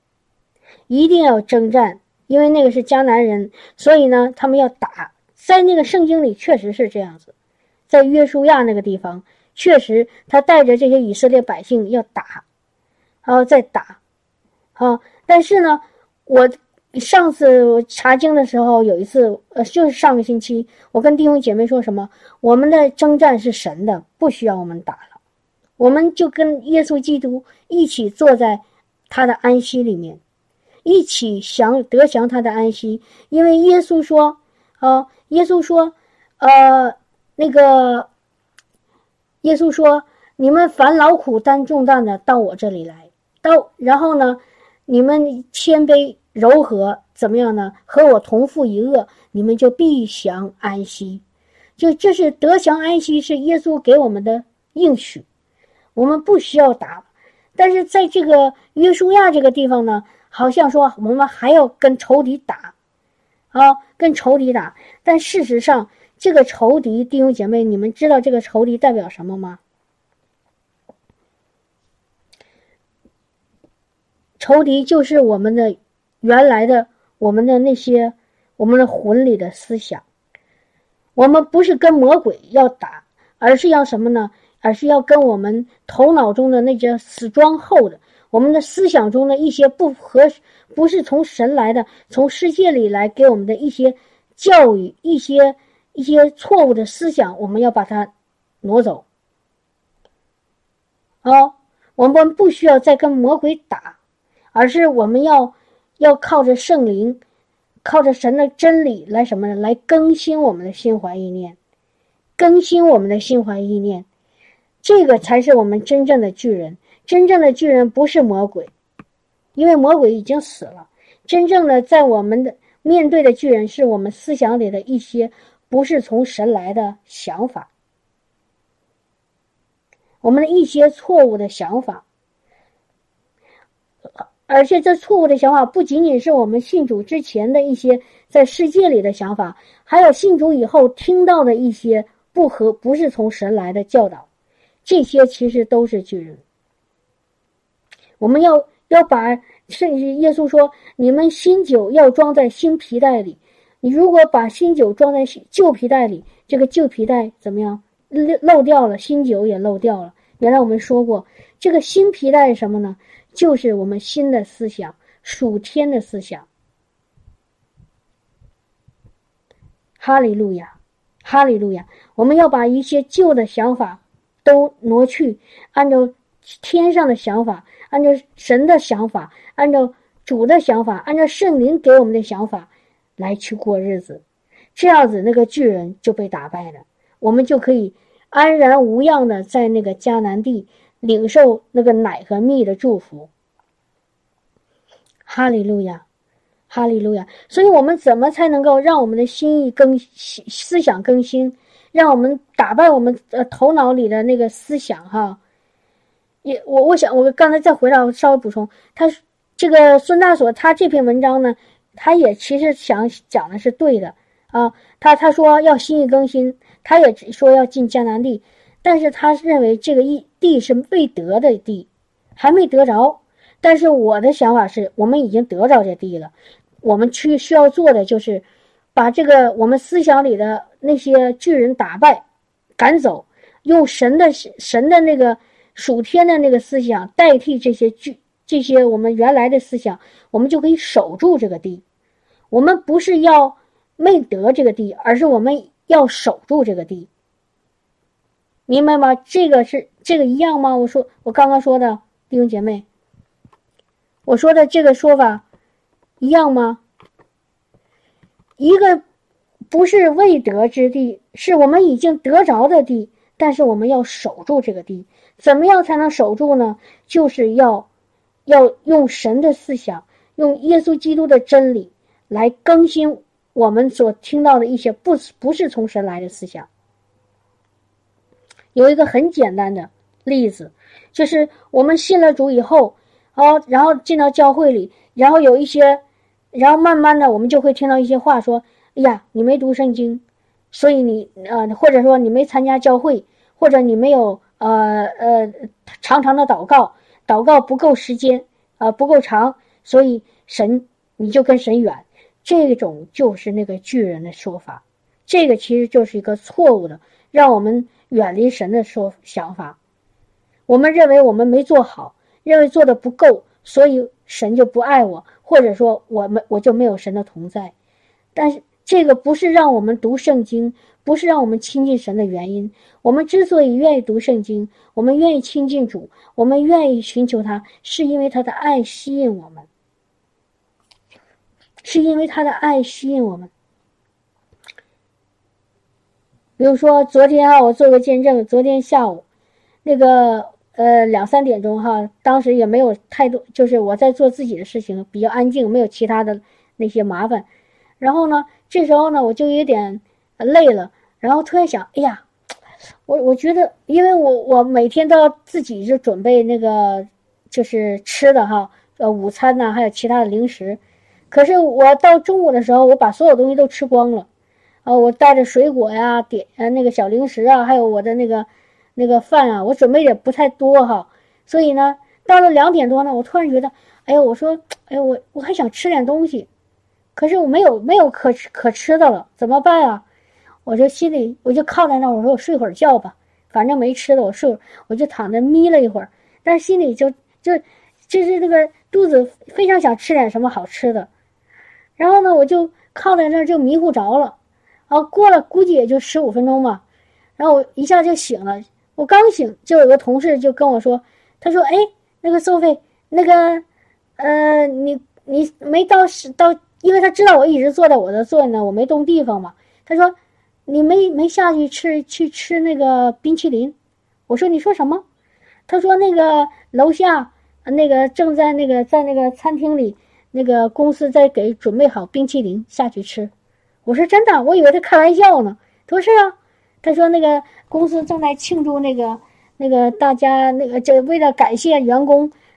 因为那个是迦南人，所以呢他们要打。在那个圣经里确实是这样子，在约书亚那个地方确实他带着这些以色列百姓要打，再打但是呢，我上次查经的时候有一次就是上个星期，我跟弟兄姐妹说什么，我们的征战是神的，不需要我们打了，我们就跟耶稣基督一起坐在他的安息里面，一起得享他的安息。因为耶稣说耶稣说你们凡劳苦担重担的到我这里来，然后呢你们谦卑柔和，怎么样呢？和我同负一轭，你们就必享安息。就这是得享安息，是耶稣给我们的应许，我们不需要打。但是在这个约书亚这个地方呢，好像说我们还要跟仇敌打但事实上这个仇敌，弟兄姐妹，你们知道这个仇敌代表什么吗？仇敌就是我们的原来的我们的魂里的思想。我们不是跟魔鬼要打，而是要什么呢？而是要跟我们头脑中的那些死装后的，我们的思想中的一些不是从神来的，从世界里来给我们的一些教育，一些错误的思想，我们要把它挪走。我们不需要再跟魔鬼打，而是我们要靠着圣灵，靠着神的真理来什么呢？来更新我们的心怀意念，这个才是我们真正的巨人。真正的巨人不是魔鬼，因为魔鬼已经死了。真正的在我们的面对的巨人，是我们思想里的一些不是从神来的想法，我们的一些错误的想法。 而且这错误的想法不仅仅是我们信主之前的一些在世界里的想法，还有信主以后听到的一些不是从神来的教导，这些其实都是巨人。我们要把，甚至耶稣说，你们新酒要装在新皮带里，你如果把新酒装在旧皮带里，这个旧皮带怎么样？漏掉了，新酒也漏掉了。原来我们说过，这个新皮带是什么呢？就是我们新的思想，属天的思想。哈利路亚，哈利路亚！我们要把一些旧的想法都挪去，按照天上的想法，按照神的想法，按照主的想法，按照圣灵给我们的想法来去过日子。这样子那个巨人就被打败了，我们就可以安然无恙的在那个迦南地领受那个奶和蜜的祝福。哈利路亚，哈利路亚！所以我们怎么才能够让我们的心意思想更新，让我们打败我们头脑里的那个思想哈？我想我刚才再回到稍微补充，他这个孙大所他这篇文章呢，他也其实想讲的是对的啊。他说要心意更新，他也说要进迦南地，但是他认为这个地是未得的地，还没得着。但是我的想法是，我们已经得着这地了，我们需要做的就是把这个我们思想里的那些巨人打败赶走，用神的那个属天的那个思想代替这些我们原来的思想，我们就可以守住这个地。我们不是要没得这个地，而是我们要守住这个地，明白吗？这个一样吗？我刚刚说的弟兄姐妹，我说的这个说法一样吗？一个不是未得之地，是我们已经得着的地，但是我们要守住这个地。怎么样才能守住呢？就是要用神的思想，用耶稣基督的真理来更新我们所听到的一些不是从神来的思想。有一个很简单的例子，就是我们信了主以后，然后进到教会里，然后慢慢的我们就会听到一些话说，哎呀，你没读圣经，所以你或者说你没参加教会，或者你没有常常的祷告不够时间不够长，所以你就跟神远。这种就是那个巨人的说法，这个其实就是一个错误的，让我们远离神的想法。我们认为我们没做好，认为做的不够，所以神就不爱我，或者说我就没有神的同在。但是这个不是让我们读圣经，不是让我们亲近神的原因。我们之所以愿意读圣经，我们愿意亲近主，我们愿意寻求他，是因为他的爱吸引我们，是因为他的爱吸引我们。比如说昨天我做个见证，昨天下午那个2-3点钟当时也没有太多，就是我在做自己的事情，比较安静，没有其他的那些麻烦。然后呢，这时候呢我就有点累了，然后突然想，哎呀，我觉得，因为我每天都要自己就准备那个就是吃的午餐还有其他的零食。可是我到中午的时候，我把所有东西都吃光了，我带着水果呀，那个小零食还有我的那个饭我准备也不太多所以呢，到了2点多呢，我突然觉得，我说，我还想吃点东西，可是我没有可吃的了，怎么办啊？我就心里我就靠在那，我说我睡会儿觉吧，反正没吃的，我就躺着眯了一会儿，但是心里就是那个肚子非常想吃点什么好吃的。然后呢，我就靠在那儿就迷糊着了，过了估计也就15分钟吧，然后我一下就醒了。我刚醒，就有个同事就跟我说，他说：“那个Sophie，那个你没到，因为他知道我一直坐在我的座呢，我没动地方嘛。他说你没下去吃那个冰淇淋。我说你说什么？他说那个楼下那个正在那个在那个餐厅里。”那个公司在给准备好冰淇淋下去吃。我说真的，我以为他开玩笑呢。他说是啊，他说那个公司正在庆祝那个大家就为了感谢员工，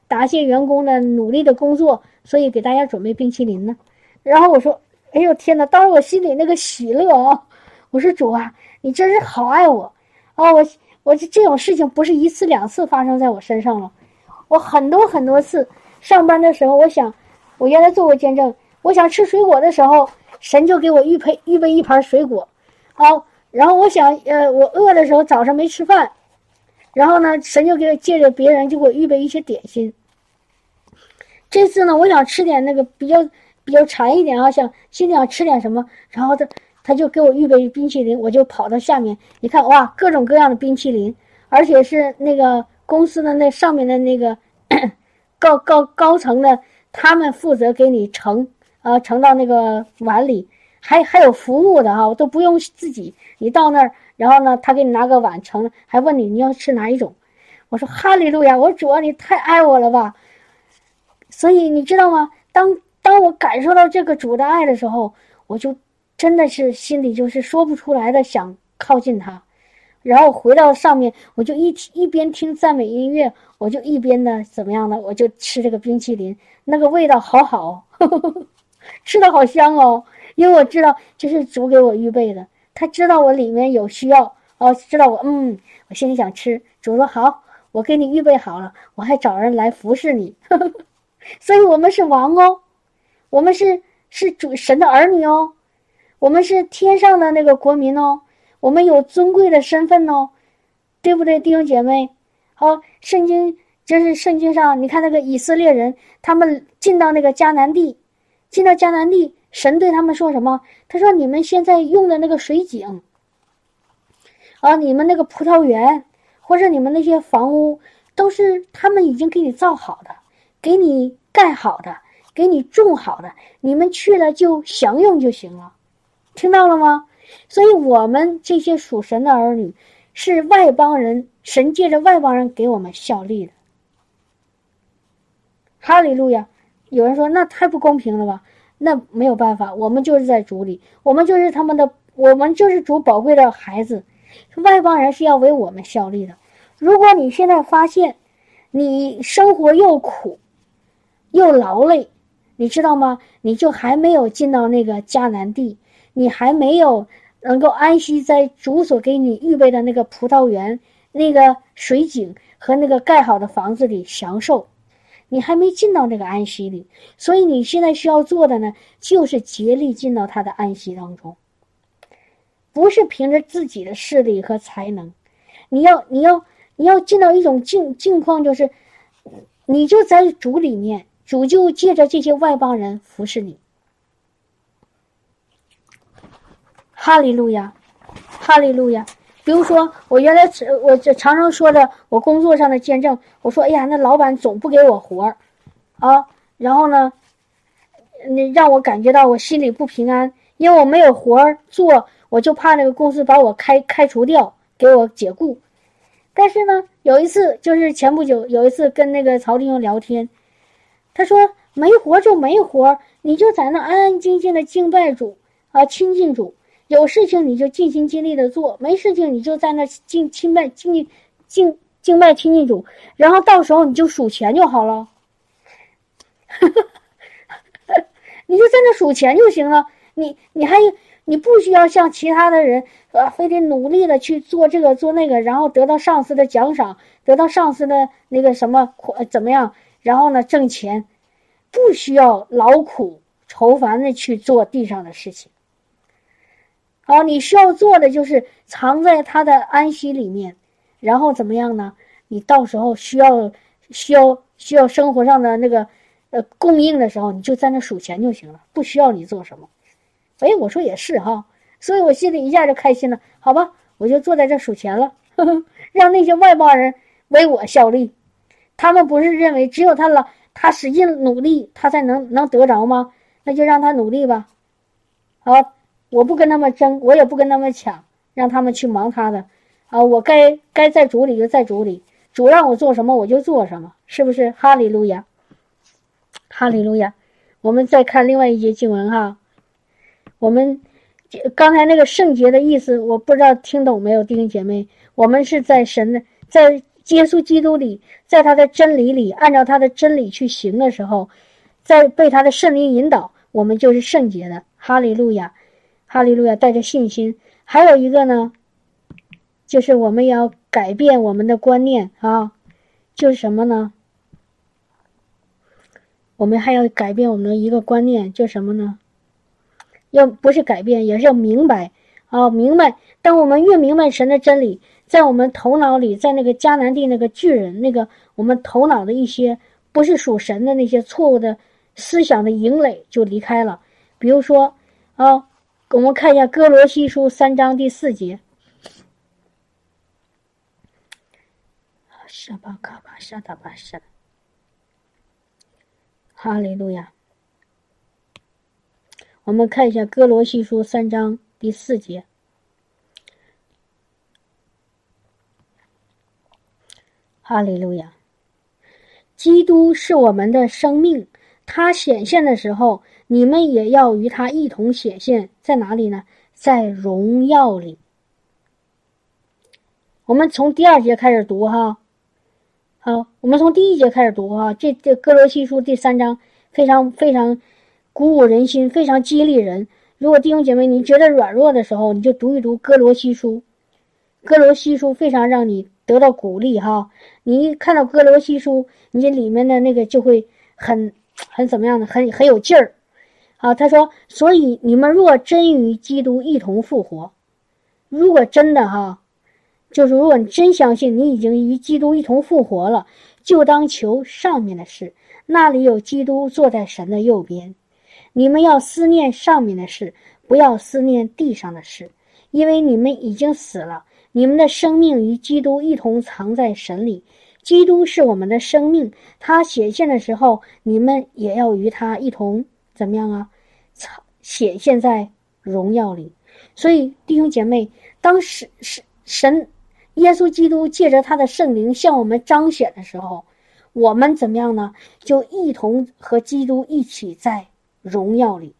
答谢员工的努力的工作，所以给大家准备冰淇淋呢。然后我说，哎呦天哪，当时我心里那个喜乐啊，我说主啊，你真是好爱我啊！我这种事情不是一次两次发生在我身上了，我很多很多次上班的时候，我原来做过见证，我想吃水果的时候，神就给我预备一盘水果，然后我想我饿的时候早上没吃饭，然后呢神就给我借着别人就给我预备一些点心。这次呢我想吃点那个比较馋一点啊，心里想吃点什么，然后他就给我预备冰淇淋，我就跑到下面，你看哇，各种各样的冰淇淋，而且是那个公司的那上面的那个高层的，他们负责给你盛到那个碗里，还有服务的哈，都不用自己，你到那儿，然后呢他给你拿个碗盛，还问你要吃哪一种。我说哈利路亚，我说主啊，你太爱我了吧。所以你知道吗，当我感受到这个主的爱的时候，我就真的是心里就是说不出来的想靠近他。然后回到上面，我就一边听赞美音乐，我就一边的怎么样呢，我就吃这个冰淇淋，那个味道好吃的好香哦，因为我知道这是主给我预备的，他知道我里面有需要知道我心里想吃，主说好，我给你预备好了，我还找人来服侍你所以我们是王哦，我们是主神的儿女哦，我们是天上的那个国民哦，我们有尊贵的身份哦，对不对，弟兄姐妹？圣经上，你看那个以色列人，他们进到那个迦南地，神对他们说什么？他说你们现在用的那个水井你们那个葡萄园或者你们那些房屋，都是他们已经给你造好的，给你盖好的，给你种好的，你们去了就享用就行了，听到了吗？所以我们这些属神的儿女是外邦人，神借着外邦人给我们效力的。哈利路亚！有人说那太不公平了吧？那没有办法，我们就是在主里，我们就是主宝贵的孩子，外邦人是要为我们效力的。如果你现在发现你生活又苦又劳累，你知道吗？你就还没有进到那个迦南地，你还没有能够安息在主所给你预备的那个葡萄园、那个水井和那个盖好的房子里享受，你还没进到那个安息里。所以你现在需要做的呢，就是竭力进到他的安息当中，不是凭着自己的势力和才能，你要进到一种境况，就是你就在主里面，主就借着这些外邦人服侍你。哈利路亚，哈利路亚。比如说我原来我常常说的我工作上的见证，我说哎呀，那老板总不给我活儿然后呢让我感觉到我心里不平安，因为我没有活儿做，我就怕那个公司把我开除掉，给我解雇。但是呢有一次，就是前不久有一次跟那个曹弟兄聊天，他说没活就没活，你就在那安安静静的敬拜主亲近主，有事情你就尽心尽力的做，没事情你就在那敬拜亲近主，然后到时候你就数钱就好了你就在那数钱就行了，你不需要像其他的人非得努力的去做这个做那个，然后得到上司的奖赏，得到上司的那个什么怎么样，然后呢挣钱，不需要劳苦愁烦的去做地上的事情你需要做的就是藏在他的安息里面，然后怎么样呢？你到时候需要生活上的那个供应的时候，你就在那数钱就行了，不需要你做什么。我说也是哈，所以我心里一下就开心了。好吧，我就坐在这数钱了，让那些外邦人为我效力。他们不是认为只有他使劲努力，他才能得着吗？那就让他努力吧。好，我不跟他们争，我也不跟他们抢，让他们去忙他的我该在主里就在主里，主让我做什么我就做什么，是不是？哈利路亚，哈利路亚。我们再看另外一节经文哈，我们刚才那个圣洁的意思，我不知道听懂没有，弟兄姐妹？我们是在耶稣基督里，在他的真理里，按照他的真理去行的时候，在被他的圣灵引导，我们就是圣洁的。哈利路亚，哈利路亚，带着信心。还有一个呢，就是我们要改变我们的观念啊，就是什么呢？我们还要改变我们的一个观念，就是什么呢？不是改变，也是要明白啊，明白。当我们越明白神的真理，在我们头脑里，在那个迦南地那个巨人，那个我们头脑的一些不是属神的那些错误的思想的营垒就离开了。比如说啊，我们看一下哥罗西书3章第4节。沙巴卡巴沙达巴沙，哈利路亚。我们看一下哥罗西书3章第4节。哈利路亚。基督是我们的生命，他显现的时候，你们也要与他一同显现。在哪里呢？在荣耀里。我们从第2节开始读哈。好，我们从第1节开始读哈。这哥罗西书第3章非常非常鼓舞人心，非常激励人。如果弟兄姐妹你觉得软弱的时候，你就读一读哥罗西书。哥罗西书非常让你得到鼓励哈。你一看到哥罗西书，你这里面的那个就会很怎么样的，很有劲儿。啊，他说，所以你们若真与基督一同复活，如果真的哈，就是如果你真相信你已经与基督一同复活了，就当求上面的事，那里有基督坐在神的右边。你们要思念上面的事，不要思念地上的事，因为你们已经死了，你们的生命与基督一同藏在神里。基督是我们的生命，他显现的时候，你们也要与他一同怎么样啊？显现在荣耀里。所以弟兄姐妹，当神耶稣基督借着他的圣灵向我们彰显的时候，我们怎么样呢？就一同和基督一起在荣耀里。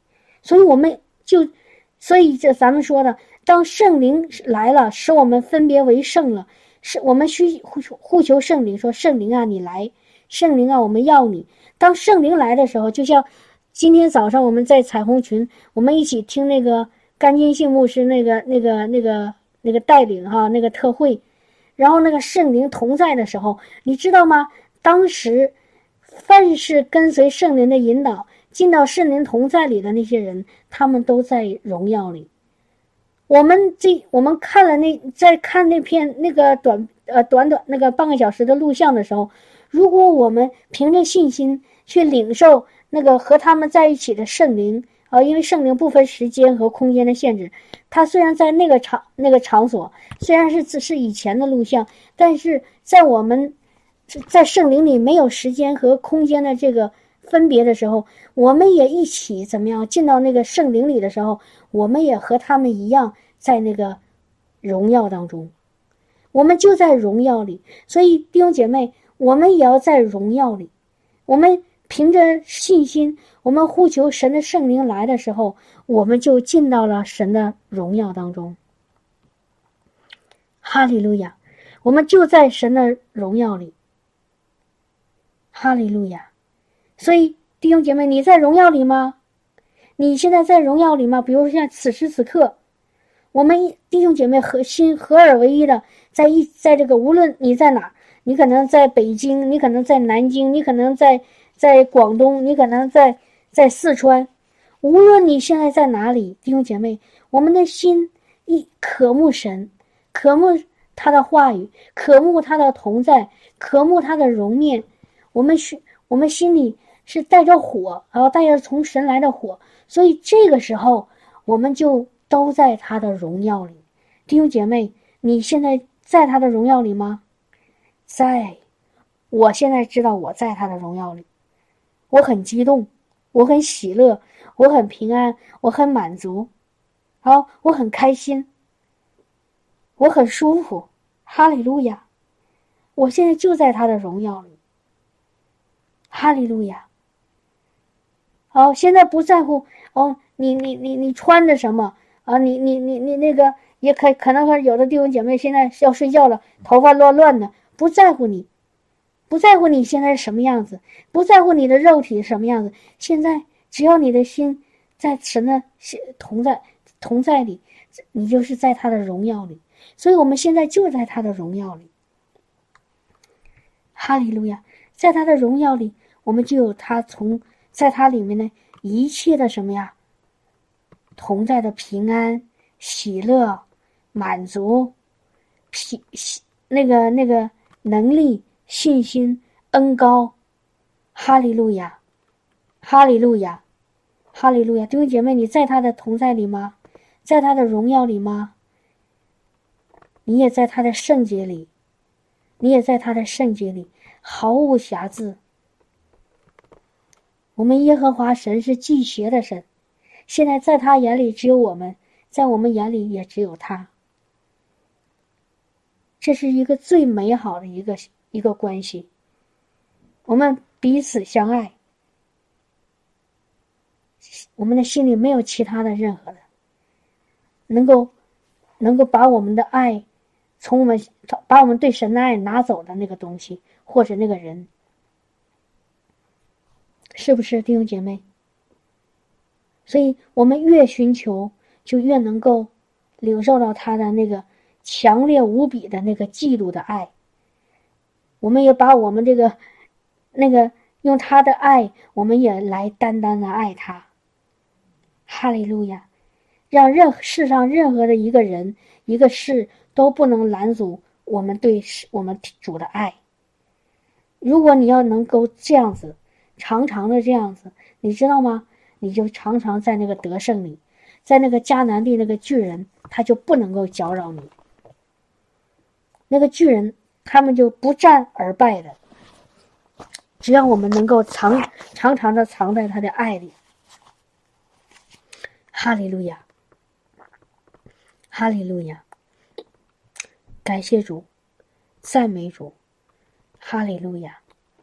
所以这咱们说的，当圣灵来了，使我们分别为圣了，是我们需呼求圣灵，说圣灵啊你来，圣灵啊我们要你。当圣灵来的时候，就像今天早上我们在彩虹群，我们一起听那个甘金信牧师那个带领哈，那个特会，然后那个圣灵同在的时候，你知道吗？当时凡是跟随圣灵的引导进到圣灵同在里的那些人，他们都在荣耀里。我们看了在看那片那个短那个半个小时的录像的时候，如果我们凭着信心去领受那个和他们在一起的圣灵因为圣灵不分时间和空间的限制，他虽然在那个场所，虽然是以前的录像，但是在我们在圣灵里没有时间和空间的这个分别的时候，我们也一起怎么样进到那个圣灵里的时候，我们也和他们一样在那个荣耀当中，我们就在荣耀里。所以弟兄姐妹，我们也要在荣耀里，我们凭着信心，我们呼求神的圣灵来的时候，我们就进到了神的荣耀当中。哈利路亚，我们就在神的荣耀里。哈利路亚。所以弟兄姐妹，你在荣耀里吗？你现在在荣耀里吗？比如说像此时此刻，我们弟兄姐妹合而为一的在这个，无论你在哪，你可能在北京，你可能在南京，你可能在广东，你可能在四川，无论你现在在哪里，弟兄姐妹，我们的心渴慕神，渴慕他的话语，渴慕他的同在，渴慕他的容面，我们心里是带着火，带着从神来的火，所以这个时候我们就都在他的荣耀里。弟兄姐妹，你现在在他的荣耀里吗？我现在知道我在他的荣耀里，我很激动，我很喜乐，我很平安，我很满足，我很开心，我很舒服。哈利路亚，我现在就在他的荣耀里。哈利路亚。现在不在乎你穿着什么你那个也可能有的弟兄姐妹现在要睡觉了，头发乱的， 不在乎你，不在乎你现在是什么样子，不在乎你的肉体是什么样子。现在只要你的心在神的同在里，你就是在他的荣耀里。所以我们现在就在他的荣耀里。哈利路亚，在他的荣耀里，我们就有他在他里面的一切的什么呀？同在的平安、喜乐、满足、那个能力、信心、恩膏。哈利路亚，哈利路亚，哈利路亚！弟兄姐妹，你在他的同在里吗？在他的荣耀里吗？你也在他的圣洁里，你也在他的圣洁里，毫无瑕疵。我们耶和华神是忌邪的神，现在在他眼里只有我们，在我们眼里也只有他。这是一个最美好的一个关系，我们彼此相爱，我们的心里没有其他的任何的能够把我们的爱把我们对神的爱拿走的那个东西或者那个人，是不是弟兄姐妹？所以我们越寻求，就越能够领受到他的那个强烈无比的那个嫉妒的爱。我们也把我们用他的爱，我们也来单单的爱他。哈利路亚！让世上任何的一个人一个事都不能拦阻我们对我们主的爱。如果你要能够这样子常常的这样子，你知道吗？你就常常在那个得胜里，在那个迦南地那个巨人，他就不能够搅扰你。那个巨人他们就不战而败的。只要我们能够常常的藏在他的爱里。哈利路亚，哈利路亚！感谢主，赞美主，哈利路亚，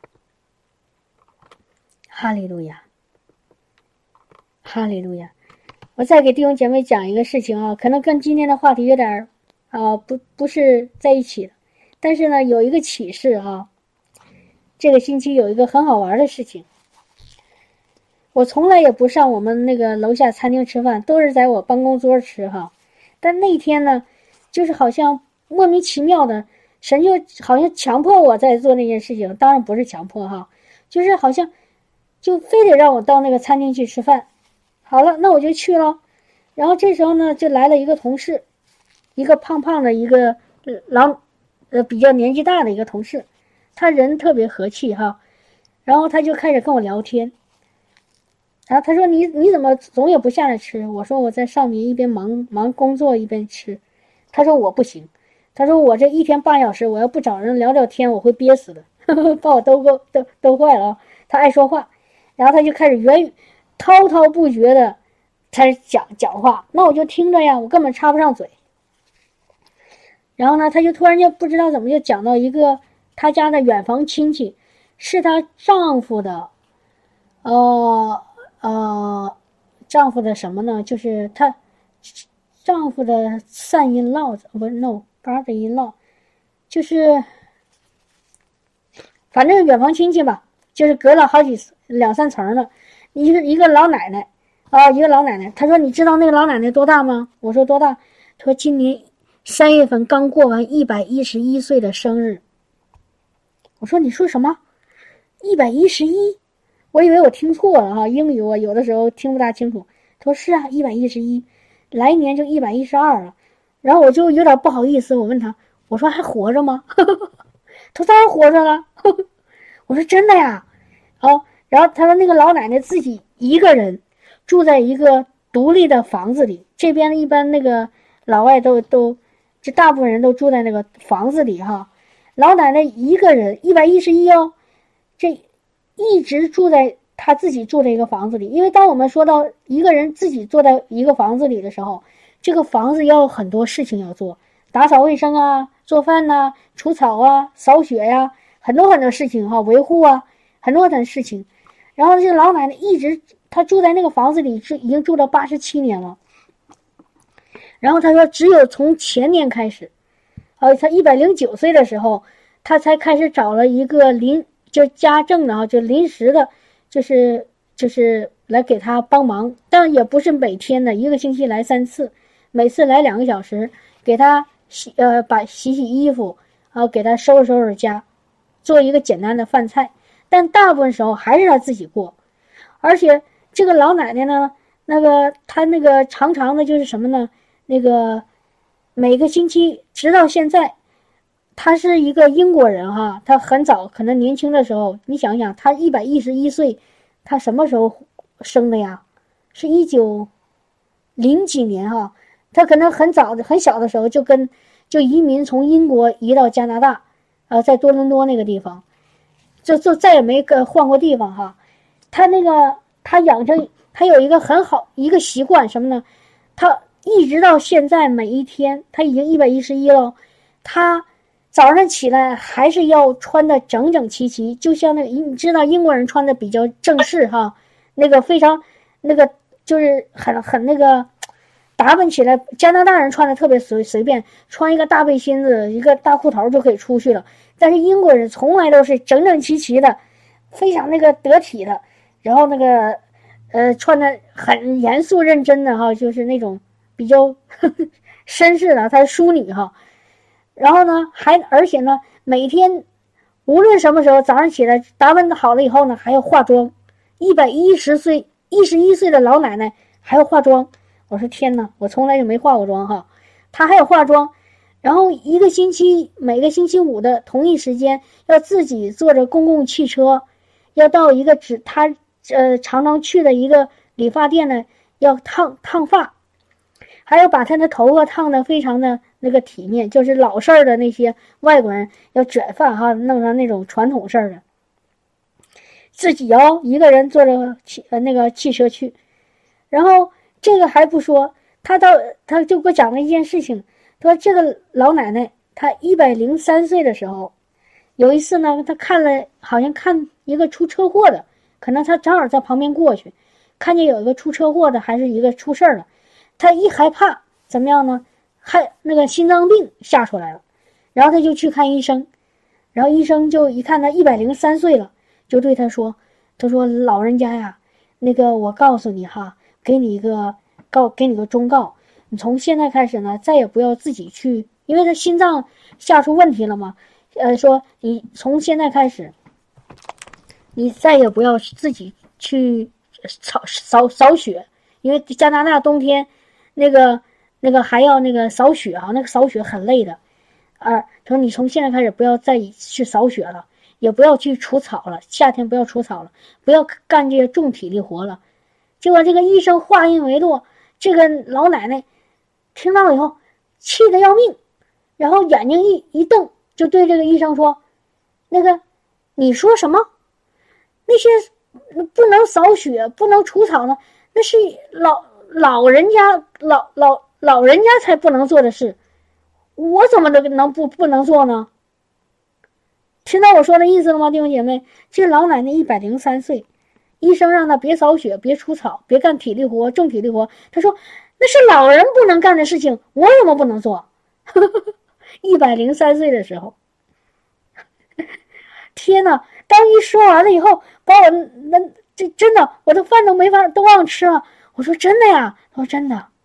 哈利路亚，哈利路亚！我再给弟兄姐妹讲一个事情啊，可能跟今天的话题有点不是在一起的，但是呢有一个启示啊。这个星期有一个很好玩的事情，我从来也不上我们那个楼下餐厅吃饭，都是在我办公桌吃哈。但那天呢，就是好像莫名其妙的，神就好像强迫我在做那件事情，当然不是强迫哈，就是好像就非得让我到那个餐厅去吃饭。好了，那我就去了。然后这时候呢，就来了一个同事，一个胖胖的一个比较年纪大的一个同事。他人特别和气哈，然后他就开始跟我聊天，然后他说你怎么总也不下来吃？我说我在上面一边忙工作一边吃。他说我不行，他说我这1天8小时，我要不找人聊聊天，我会憋死的，把我都坏了。他爱说话，然后他就开始滔滔不绝的开始讲话，那我就听着呀，我根本插不上嘴。然后呢，他就突然间不知道怎么就讲到一个他家的远房亲戚，是她丈夫的，丈夫的什么呢？就是她丈夫的son in law， 不是 no brother in law， 就是反正远房亲戚吧，就是隔了好2、3层的，一个老奶奶一个老奶奶。她说你知道那个老奶奶多大吗？我说多大？她说今年3月份刚过完111岁的生日。我说你说什么？111？我以为我听错了哈，英语我有的时候听不大清楚。他说是啊，111，来年就112了。然后我就有点不好意思，我问他，我说还活着吗？他说当然活着了。我说真的呀？然后他说那个老奶奶自己一个人住在一个独立的房子里，这边一般那个老外就大部分人都住在那个房子里哈。老奶奶一个人111哦，这一直住在她自己住的一个房子里。因为当我们说到一个人自己坐在一个房子里的时候，这个房子要有很多事情要做，打扫卫生啊，做饭啊，除草啊，扫雪呀，很多很多事情哈，维护啊，很多很多事情。然后这老奶奶她住在那个房子里已经住了87年了。然后她说只有从前年开始，她109岁的时候， 他才开始找了一个就家政的就临时的，就是来给他帮忙，但也不是每天的，一个星期来3次，每次来2个小时，给他洗衣服，给他收拾家，做一个简单的饭菜，但大部分时候还是他自己过。而且这个老奶奶呢，她那个常常的就是什么呢？那个每个星期直到现在，她是一个英国人哈，她很早可能年轻的时候，你想想，她111岁，她什么时候生的呀？是1900几年哈，她可能很小的时候就移民从英国移到加拿大，在多伦多那个地方，就再也没换过地方哈。他有一个很好一个习惯什么呢？他一直到现在每一天，他已经111了，他早上起来还是要穿的整整齐齐，就像你知道英国人穿的比较正式哈，非常就是很打扮起来，加拿大人穿的特别随便，穿一个大背心子一个大裤头就可以出去了，但是英国人从来都是整整齐齐的，非常得体的，然后穿的很严肃认真的哈，就是那种比较绅士的，她是淑女哈。然后呢而且呢每天无论什么时候早上起来打扮好了以后呢还要化妆，111岁的老奶奶还要化妆。我说天哪，我从来就没化过妆哈，她还要化妆。然后每个星期五的同一时间要自己坐着公共汽车，要到一个她常常去的一个理发店呢，要烫发，还要把她的头发烫得非常的体面，就是老式的那些外国人要卷发哈，弄成那种传统式的。自己一个人坐着汽车去。然后这个还不说，他就给我讲了一件事情，他说这个老奶奶她103岁的时候，有一次呢，她好像看一个出车祸的，可能她正好在旁边过去，看见有一个出车祸的，还是一个出事了，她一害怕怎么样呢？心脏病吓出来了，然后她就去看医生，然后医生就一看她103岁了，就对她说老人家呀，我告诉你哈，给你个忠告，你从现在开始呢，再也不要自己去，因为他心脏吓出问题了嘛。说你从现在开始，你再也不要自己去扫雪，因为加拿大冬天还要扫雪啊，扫雪很累的。说你从现在开始不要再去扫雪了，也不要去除草了，夏天不要除草了，不要干这些重体力活了。结果这个医生话音未落，这个老奶奶听到以后气得要命，然后眼睛一瞪，就对这个医生说：“你说什么？那些不能扫雪、不能除草呢？那是老人家才不能做的事，我怎么能不能做呢？”听到我说的意思了吗，弟兄姐妹？这老奶奶103岁。医生让他别扫雪，别除草，别干体力活、重体力活。他说那是老人不能干的事情，我怎么不能做？103岁的时候，天哪！当一说完了以后，把我这真的，我的饭都忘吃了。我说真的呀？他说真的。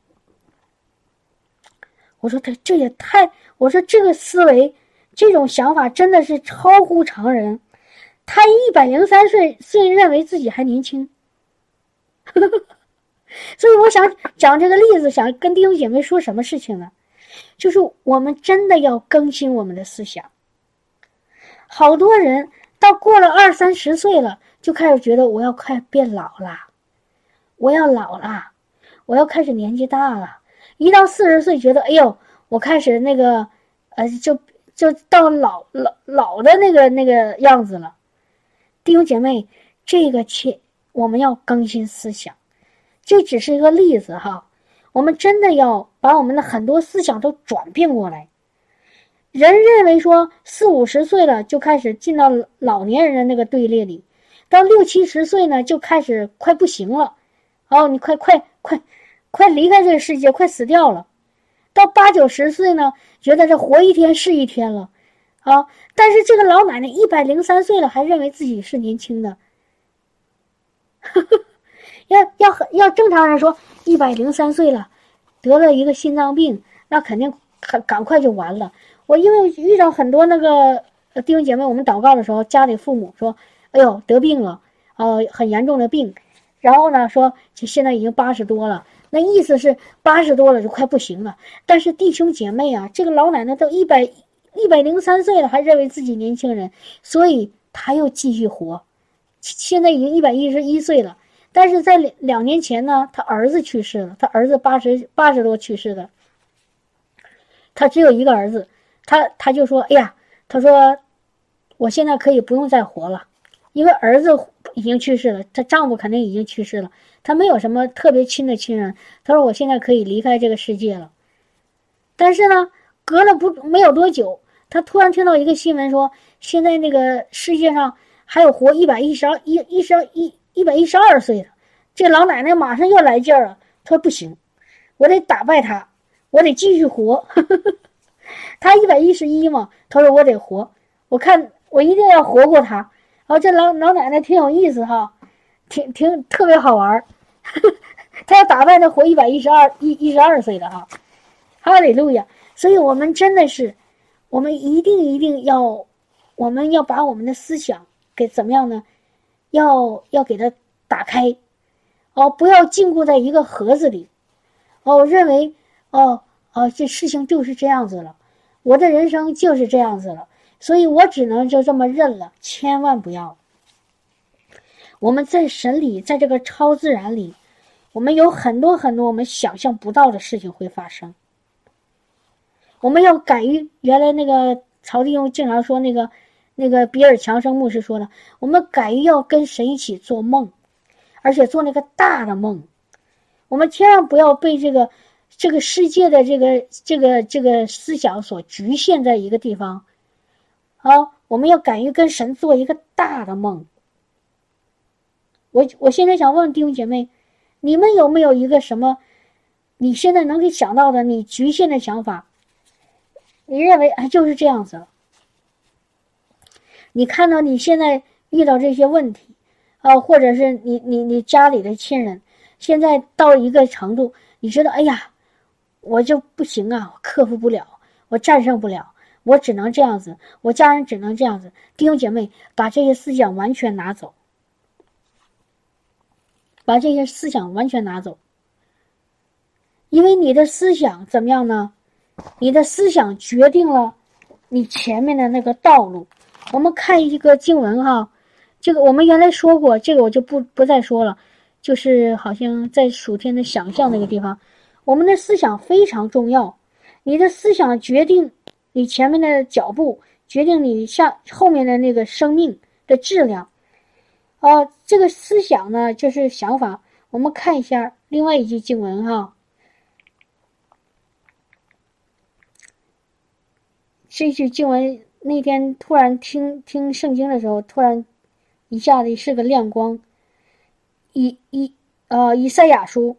我说这也太……我说这个思维，这种想法真的是超乎常人。他103岁认为自己还年轻，所以我想讲这个例子，想跟弟兄姐妹说什么事情呢？就是我们真的要更新我们的思想。好多人到过了20-30岁了，就开始觉得我要快变老了，我要老了，我要开始年纪大了。一到40岁，觉得哎呦，我开始就到老的那个样子了。弟兄姐妹，我们要更新思想，这只是一个例子哈。我们真的要把我们的很多思想都转变过来。人认为说40-50岁了就开始进到老年人的那个队列里，到60-70岁呢就开始快不行了，你快离开这个世界，快死掉了。到80-90岁呢，觉得这活一天是一天了， 啊。但是这个老奶奶103岁了，还认为自己是年轻的。要正常人说103岁了，得了一个心脏病，那肯定赶快就完了。我因为遇到很多那个弟兄姐妹，我们祷告的时候，家里父母说：“哎呦，得病了，很严重的病。”然后呢，说现在已经80多了，那意思是80多了就快不行了。但是弟兄姐妹啊，这个老奶奶都103岁了，还认为自己年轻人，所以她又继续活。现在已经111岁了，但是在2年前呢，他儿子去世了，他儿子80多去世的，他只有一个儿子，他就说，哎呀，他说我现在可以不用再活了，因为儿子已经去世了，她丈夫肯定已经去世了，他没有什么特别亲的亲人，他说我现在可以离开这个世界了。但是呢，隔了没有多久，他突然听到一个新闻说，现在那个世界上还有活112岁的，这老奶奶马上又来劲儿了。她说不行，我得打败她，我得继续活。她111嘛，她说我得活，我看我一定要活过她。然后这老奶奶挺有意思哈，挺特别好玩。她要打败那活112岁的哈，哈利路亚！所以我们真的是，我们一定要，我们要把我们的思想给怎么样呢？要给它打开，不要禁锢在一个盒子里，认为这事情就是这样子了，我的人生就是这样子了，所以我只能就这么认了，千万不要。我们在神里，在这个超自然里，我们有很多我们想象不到的事情会发生。我们要敢于原来那个曹弟兄经常说那个比尔强生牧师说的，我们敢于要跟神一起做梦，而且做那个大的梦。我们千万不要被这个世界的这个思想所局限在一个地方。我们要敢于跟神做一个大的梦。我现在想问弟兄姐妹，你们有没有一个什么你现在能给想到的你局限的想法？你认为就是这样子了。你看到你现在遇到这些问题或者是你家里的亲人现在到一个程度，你知道哎呀我就不行啊，我克服不了，我战胜不了，我只能这样子，我家人只能这样子。弟兄姐妹，把这些思想完全拿走，把这些思想完全拿走。因为你的思想怎么样呢？你的思想决定了你前面的那个道路。我们看一个经文哈，这个我们原来说过，这个我就不再说了，就是好像在属天的想象那个地方，我们的思想非常重要。你的思想决定你前面的脚步，决定你后面的那个生命的质量。这个思想呢，就是想法。我们看一下另外一句经文哈。这句经文那天突然听圣经的时候，突然一下子是个亮光。以赛亚书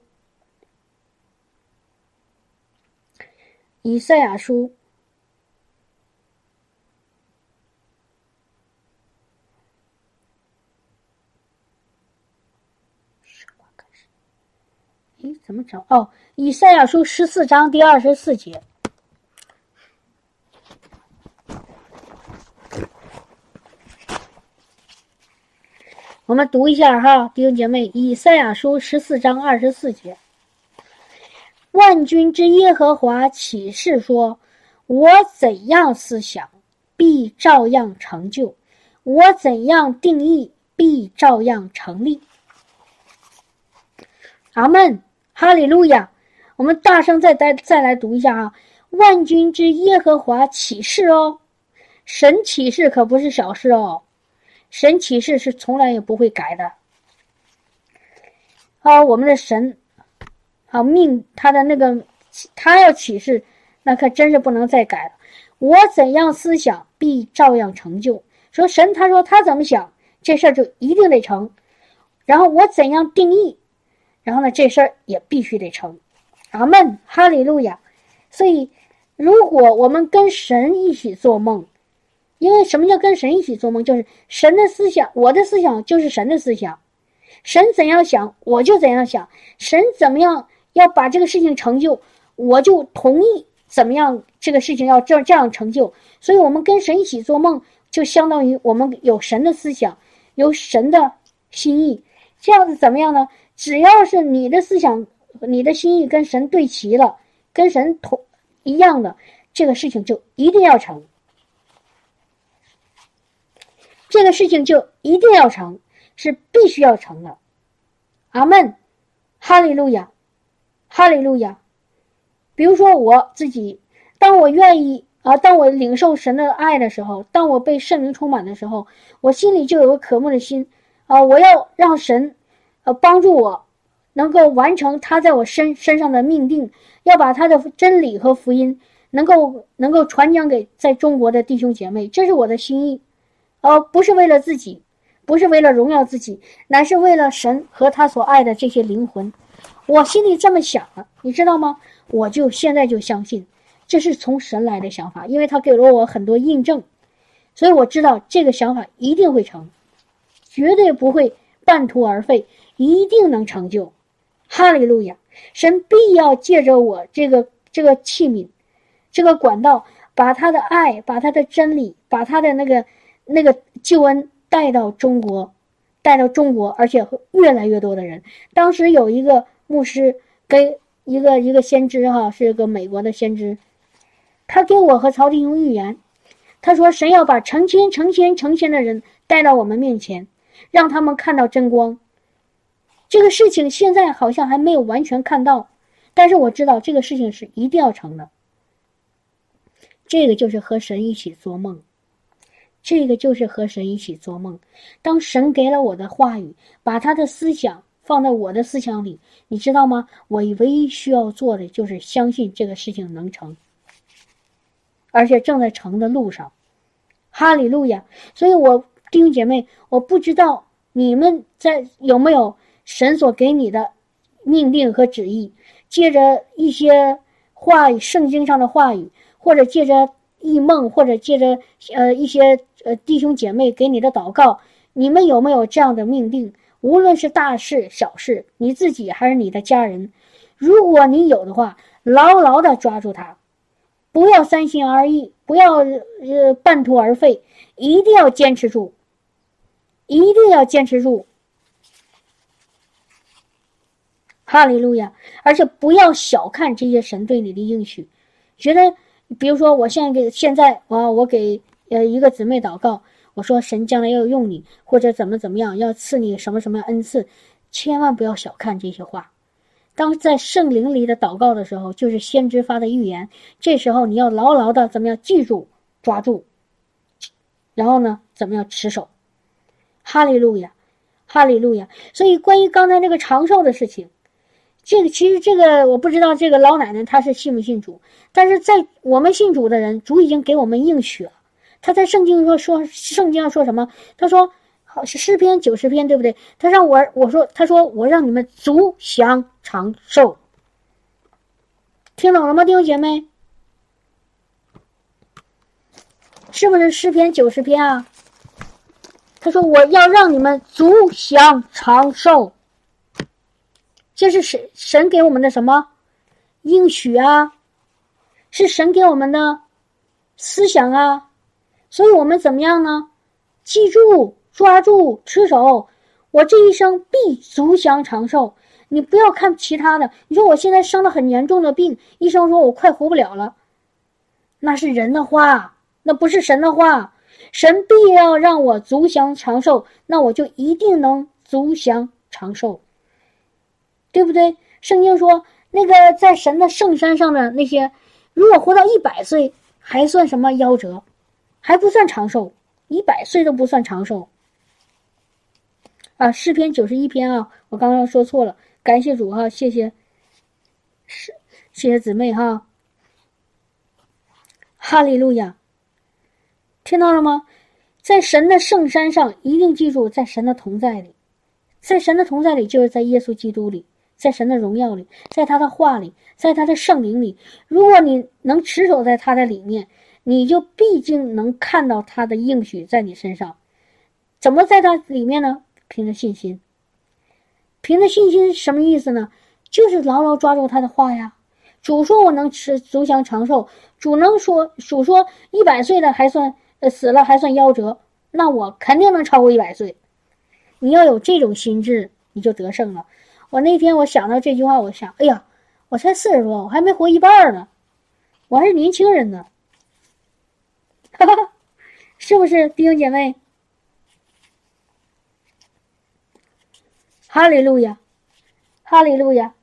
怎么找？以赛亚书14章第24节。我们读一下哈，弟兄姐妹，以赛亚书14章24节。万军之耶和华起誓说，我怎样思想，必照样成就；我怎样定义，必照样成立。阿们，哈利路亚！我们大声再来读一下啊！万军之耶和华起誓哦，神起誓可不是小事哦，神起誓是从来也不会改的。我们的神他的那个他要起誓，那可真是不能再改了。我怎样思想，必照样成就。说神他说他怎么想，这事儿就一定得成。然后我怎样定义，然后呢这事儿也必须得成。阿们，哈利路亚！所以如果我们跟神一起做梦， 因为什么叫跟神一起做梦？就是神的思想，我的思想就是神的思想，神怎样想我就怎样想，神怎么样要把这个事情成就，我就同意怎么样这个事情要这样成就。所以我们跟神一起做梦，就相当于我们有神的思想，有神的心意。这样子怎么样呢？只要是你的思想你的心意跟神对齐了，跟神一样的，这个事情就一定要成，这个事情就一定要成，是必须要成的。阿们，哈利路亚，哈利路亚。比如说我自己，当我愿意当我领受神的爱的时候，当我被圣灵充满的时候，我心里就有个渴慕的心我要让神帮助我能够完成他在我身上的命定，要把他的真理和福音能够传讲给在中国的弟兄姐妹，这是我的心意不是为了自己，不是为了荣耀自己，乃是为了神和他所爱的这些灵魂。我心里这么想了，你知道吗？我就现在就相信这是从神来的想法，因为他给了我很多印证，所以我知道这个想法一定会成，绝对不会半途而废，一定能成就。哈利路亚！神必要借着我这个器皿，这个管道，把他的爱，把他的真理，把他的那个救恩带到中国，而且越来越多的人。当时有一个牧师跟一个先知是个美国的先知，他给我和曹弟兄预言，他说神要把成千的人带到我们面前，让他们看到真光。这个事情现在好像还没有完全看到，但是我知道这个事情是一定要成的。这个就是和神一起做梦，这个就是和神一起做梦。当神给了我的话语，把他的思想放在我的思想里，你知道吗？我唯一需要做的就是相信这个事情能成，而且正在成的路上。哈利路亚！所以我弟兄姐妹，我不知道你们有没有神所给你的命令和旨意，借着一些话语，圣经上的话语，或者借着异梦，或者借着一些弟兄姐妹给你的祷告，你们有没有这样的命令？无论是大事小事，你自己还是你的家人，如果你有的话，牢牢的抓住它，不要三心二意，不要半途而废，一定要坚持住，一定要坚持住。哈利路亚！而且不要小看这些神对你的应许，觉得比如说我现在我给一个姊妹祷告，我说神将来要用你，或者怎么样，要赐你什么什么恩赐，千万不要小看这些话。当在圣灵里的祷告的时候，就是先知发的预言，这时候你要牢牢的怎么样记住抓住，然后呢怎么样持守。哈利路亚，哈利路亚！所以关于刚才那个长寿的事情，其实我不知道这个老奶奶她是信不信主，但是在我们信主的人，主已经给我们应许了。他在圣经上说什么？他说好是诗篇90篇，对不对？他说我让你们足享长寿。听懂了吗，弟兄姐妹？是不是诗篇90篇啊？他说我要让你们足享长寿。这是神给我们的什么应许啊？是神给我们的思想啊。所以我们怎么样呢？记住，抓住，持守，我这一生必足享长寿。你不要看其他的，你说我现在生了很严重的病，医生说我快活不了了，那是人的话，那不是神的话。神必要让我足享长寿，那我就一定能足享长寿，对不对？圣经说那个在神的圣山上的那些，如果活到100岁还算什么夭折，还不算长寿，100岁都不算长寿啊。诗篇91篇啊，我刚刚说错了，感谢主哈，谢谢姊妹哈。哈利路亚，听到了吗？在神的圣山上，一定记住，在神的同在里，在神的同在里就是在耶稣基督里，在神的荣耀里，在他的话里，在他的圣灵里。如果你能持守在他的里面， 你就毕竟能看到他的应许在你身上。怎么在他里面呢？凭着信心。凭着信心什么意思呢？就是牢牢抓住他的话呀。主说我能吃足享长寿，主说100岁了还算死了还算夭折，那我肯定能超过100岁。你要有这种心智，你就得胜了。我那天我想到这句话，我想，哎呀，我才40多，我还没活一半呢，我还是年轻人呢。哈哈，是不是弟兄姐妹？哈利路亚，哈利路亚，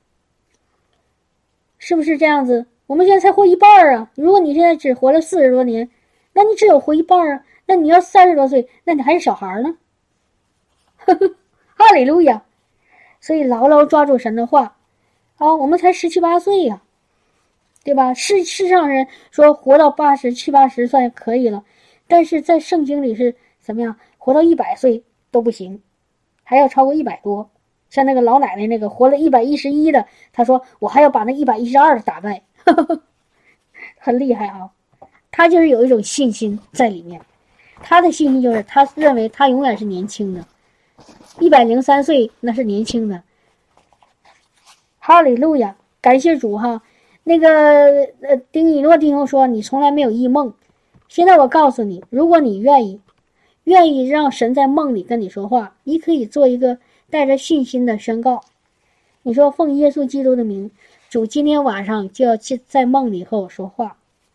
是不是这样子？我们现在才活一半啊！如果你现在只活了40多年，那你只有活一半啊！那你要30多岁，那你还是小孩呢。呵呵，哈利路亚！所以牢牢抓住神的话。我们才17、18岁呀，对吧？世上人说活到70、70、80算可以了，但是在圣经里是怎么样？活到100岁都不行，还要超过100多。像那个老奶奶那个活了111的，她说我还要把那112的打败，呵呵，很厉害啊！她就是有一种信心在里面，她的信心就是她认为她永远是年轻的，103岁那是年轻的。哈利路亚，感谢主哈！那个丁以诺弟兄说你从来没有异梦，现在我告诉你，如果你愿意让神在梦里跟你说话，你可以做一个带着信心的宣告。你说奉耶稣基督的名，主今天晚上就要在梦里和我说话。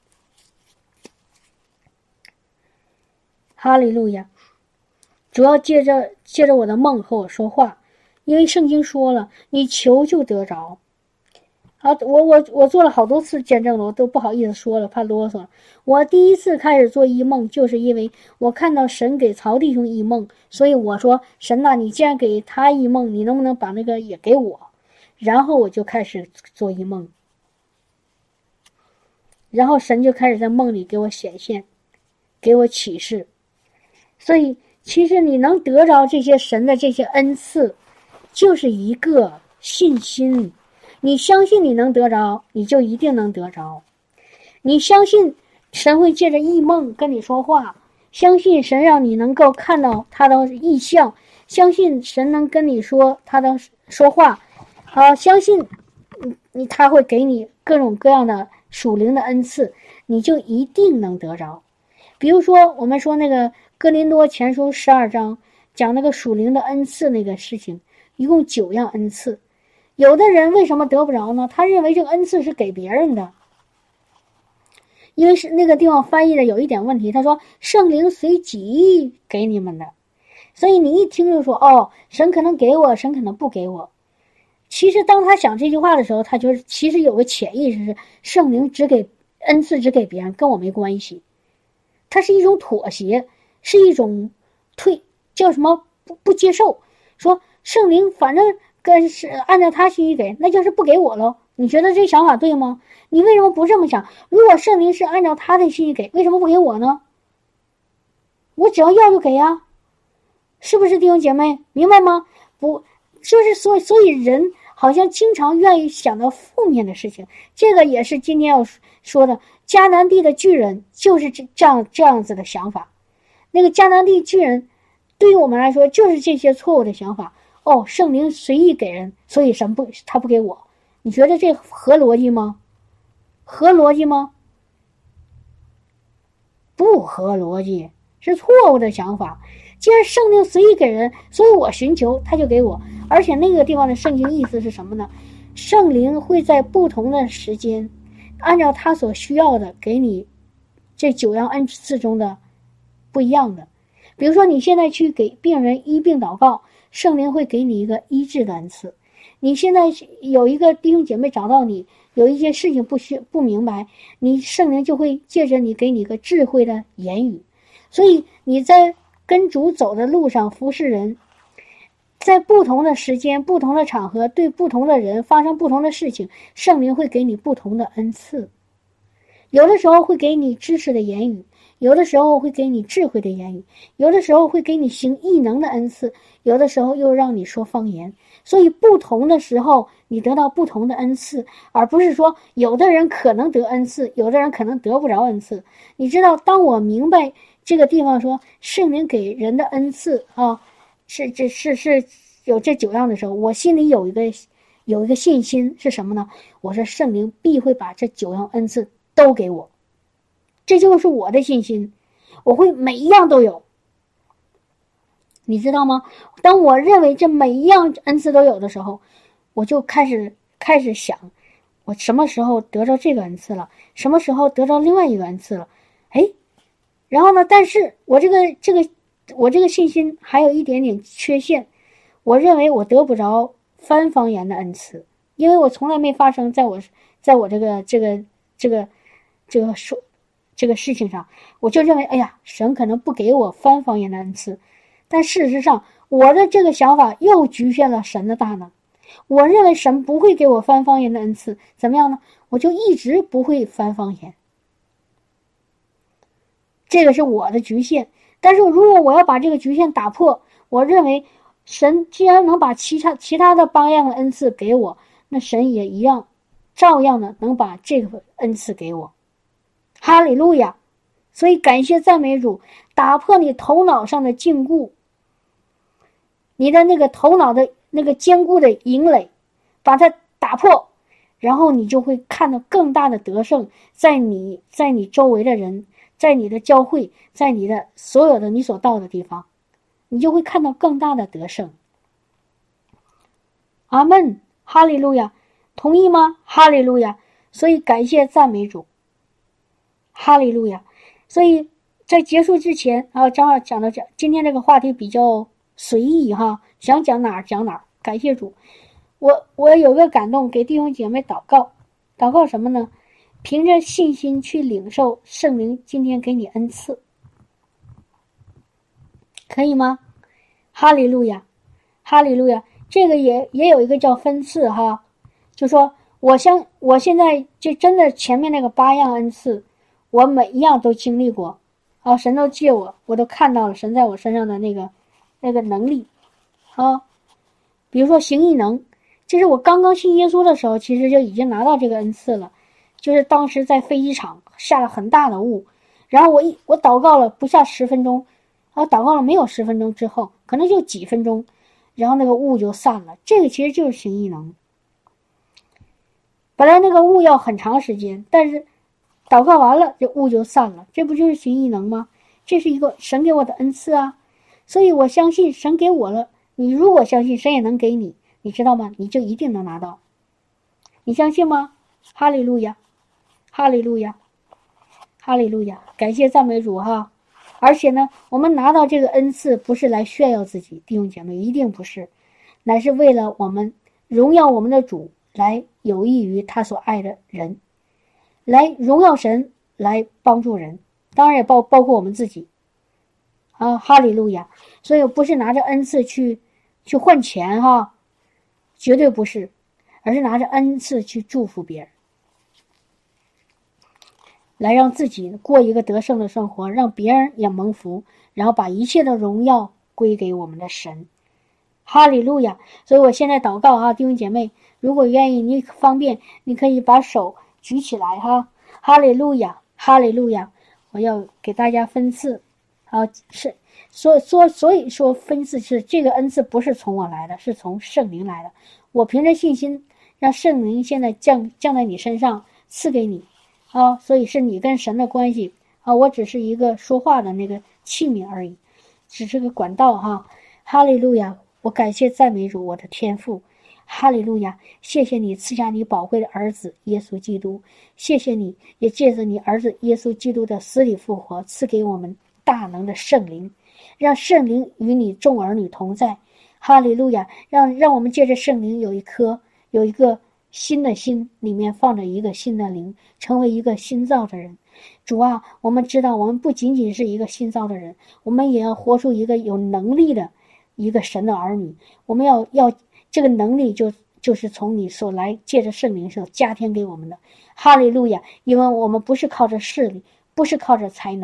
哈利路亚，主要借着我的梦和我说话。因为圣经说了，你求就得着。我做了好多次见证了，我都不好意思说了，怕啰嗦。我第一次开始做异梦，就是因为我看到神给曹弟兄异梦，所以我说神呐，你既然给他异梦，你能不能把那个也给我？然后我就开始做异梦，然后神就开始在梦里给我显现，给我启示。所以其实你能得着这些神的这些恩赐，就是一个信心。你相信你能得着，你就一定能得着。你相信神会借着异梦跟你说话，相信神让你能够看到他的意象，相信神能跟你说他的说话，相信他会给你各种各样的属灵的恩赐，你就一定能得着。比如说我们说那个哥林多前书12章讲那个属灵的恩赐那个事情，一共9样恩赐。有的人为什么得不着呢？他认为这个恩赐是给别人的，因为是那个地方翻译的有一点问题，他说圣灵随己给你们的，所以你一听就说神可能给我，神可能不给我。其实当他想这句话的时候，他就是其实有个潜意识是圣灵恩赐只给别人，跟我没关系。它是一种妥协，是一种叫什么不接受，说圣灵反正是按照他心意给，那就是不给我了。你觉得这想法对吗？你为什么不这么想？如果圣灵是按照他的心意给，为什么不给我呢？我只要就给呀，是不是弟兄姐妹？明白吗？不，就是所以人好像经常愿意想到负面的事情。这个也是今天要说的，迦南地的巨人就是这样子的想法。那个迦南地巨人对于我们来说就是这些错误的想法。圣灵随意给人，所以他不给我。你觉得这合逻辑吗？合逻辑吗？不合逻辑，是错误的想法。既然圣灵随意给人，所以我寻求他就给我。而且那个地方的圣经意思是什么呢？圣灵会在不同的时间按照他所需要的给你这9样恩赐中的不一样的。比如说你现在去给病人医病祷告，圣灵会给你一个医治的恩赐。你现在有一个弟兄姐妹找到你，有一些事情不明白，圣灵就会借着你给你一个智慧的言语。所以你在跟主走的路上服侍人，在不同的时间不同的场合对不同的人发生不同的事情，圣灵会给你不同的恩赐。有的时候会给你知识的言语， 有的时候会给你智慧的言语，有的时候会给你行异能的恩赐，有的时候又让你说方言。所以不同的时候你得到不同的恩赐，而不是说有的人可能得恩赐，有的人可能得不着恩赐。你知道，当我明白这个地方说圣灵给人的恩赐啊，是有这9样的时候，我心里有一个信心是什么呢？我说圣灵必会把这9样恩赐都给我，这就是我的信心，我会每一样都有。你知道吗？当我认为这每一样恩赐都有的时候，我就开始想，我什么时候得着这个恩赐了，什么时候得着另外一个恩赐了。然后呢，但是我这个信心还有一点点缺陷，我认为我得不着翻方言的恩赐，因为我从来没发生在我这个事情上，我就认为哎呀，神可能不给我翻方言的恩赐。但事实上，我的这个想法又局限了神的大能。我认为神不会给我翻方言的恩赐，怎么样呢？我就一直不会翻方言。这个是我的局限。但是如果我要把这个局限打破，我认为神既然能把其他的8样的恩赐给我，那神也一样照样的能把这个恩赐给我。哈利路亚！所以感谢赞美主，打破你头脑上的禁锢，你的那个头脑的那个坚固的营垒，把它打破，然后你就会看到更大的得胜，在你周围的人，在你的教会，在你的所有的你所到的地方，你就会看到更大的得胜。阿们，哈利路亚，同意吗？哈利路亚！所以感谢赞美主，哈利路亚！所以在结束之前啊，正好讲到今天这个话题比较随意哈，想讲哪儿讲哪儿。感谢主，我有个感动，给弟兄姐妹祷告什么呢？凭着信心去领受圣灵今天给你恩赐，可以吗？哈利路亚，哈利路亚！这个也有一个叫分赐哈，就说我现在就真的前面那个8样恩赐，我每一样都经历过啊，神都借我都看到了神在我身上的那个能力啊。比如说行异能，这是我刚刚信耶稣的时候，其实就已经拿到这个恩赐了。就是当时在飞机场下了很大的雾，然后我祷告了不下10分钟，然后祷告了没有10分钟之后，可能就几分钟，然后那个雾就散了。这个其实就是行异能。本来那个雾要很长时间，但是祷告完了，这雾就散了，这不就是行异能吗？这是一个神给我的恩赐啊，所以我相信神给我了。你如果相信，神也能给你，你知道吗？你就一定能拿到。你相信吗？哈利路亚，哈利路亚，哈利路亚！感谢赞美主哈！而且呢，我们拿到这个恩赐，不是来炫耀自己，弟兄姐妹，一定不是，乃是为了我们荣耀我们的主，来有益于他所爱的人，来荣耀神，来帮助人，当然也包括我们自己啊！哈利路亚！所以不是拿着恩赐去换钱哈，绝对不是，而是拿着恩赐去祝福别人，来让自己过一个得胜的生活，让别人也蒙福，然后把一切的荣耀归给我们的神。哈利路亚！所以我现在祷告哈，弟兄姐妹，如果愿意，你方便，你可以把手举起来哈。哈利路亚，哈利路亚！我要给大家分赐，是所以说分赐是这个恩赐不是从我来的，是从圣灵来的。我凭着信心让圣灵现在降在你身上，赐给你啊，所以是你跟神的关系啊，我只是一个说话的那个器皿而已，只是个管道哈。哈利路亚！我感谢赞美主，我的天父，哈利路亚！谢谢你赐下你宝贵的儿子耶稣基督，谢谢你也借着你儿子耶稣基督的死里复活，赐给我们大能的圣灵，让圣灵与你众儿女同在。哈利路亚！让我们借着圣灵有一个新的心，里面放着一个新的灵，成为一个新造的人。主啊，我们知道我们不仅仅是一个新造的人，我们也要活出一个有能力的一个神的儿女。我们要这个能力就是从你所来借着圣灵所加添给我们的。哈利路亚！因为我们不是靠着势力，不是靠着才能，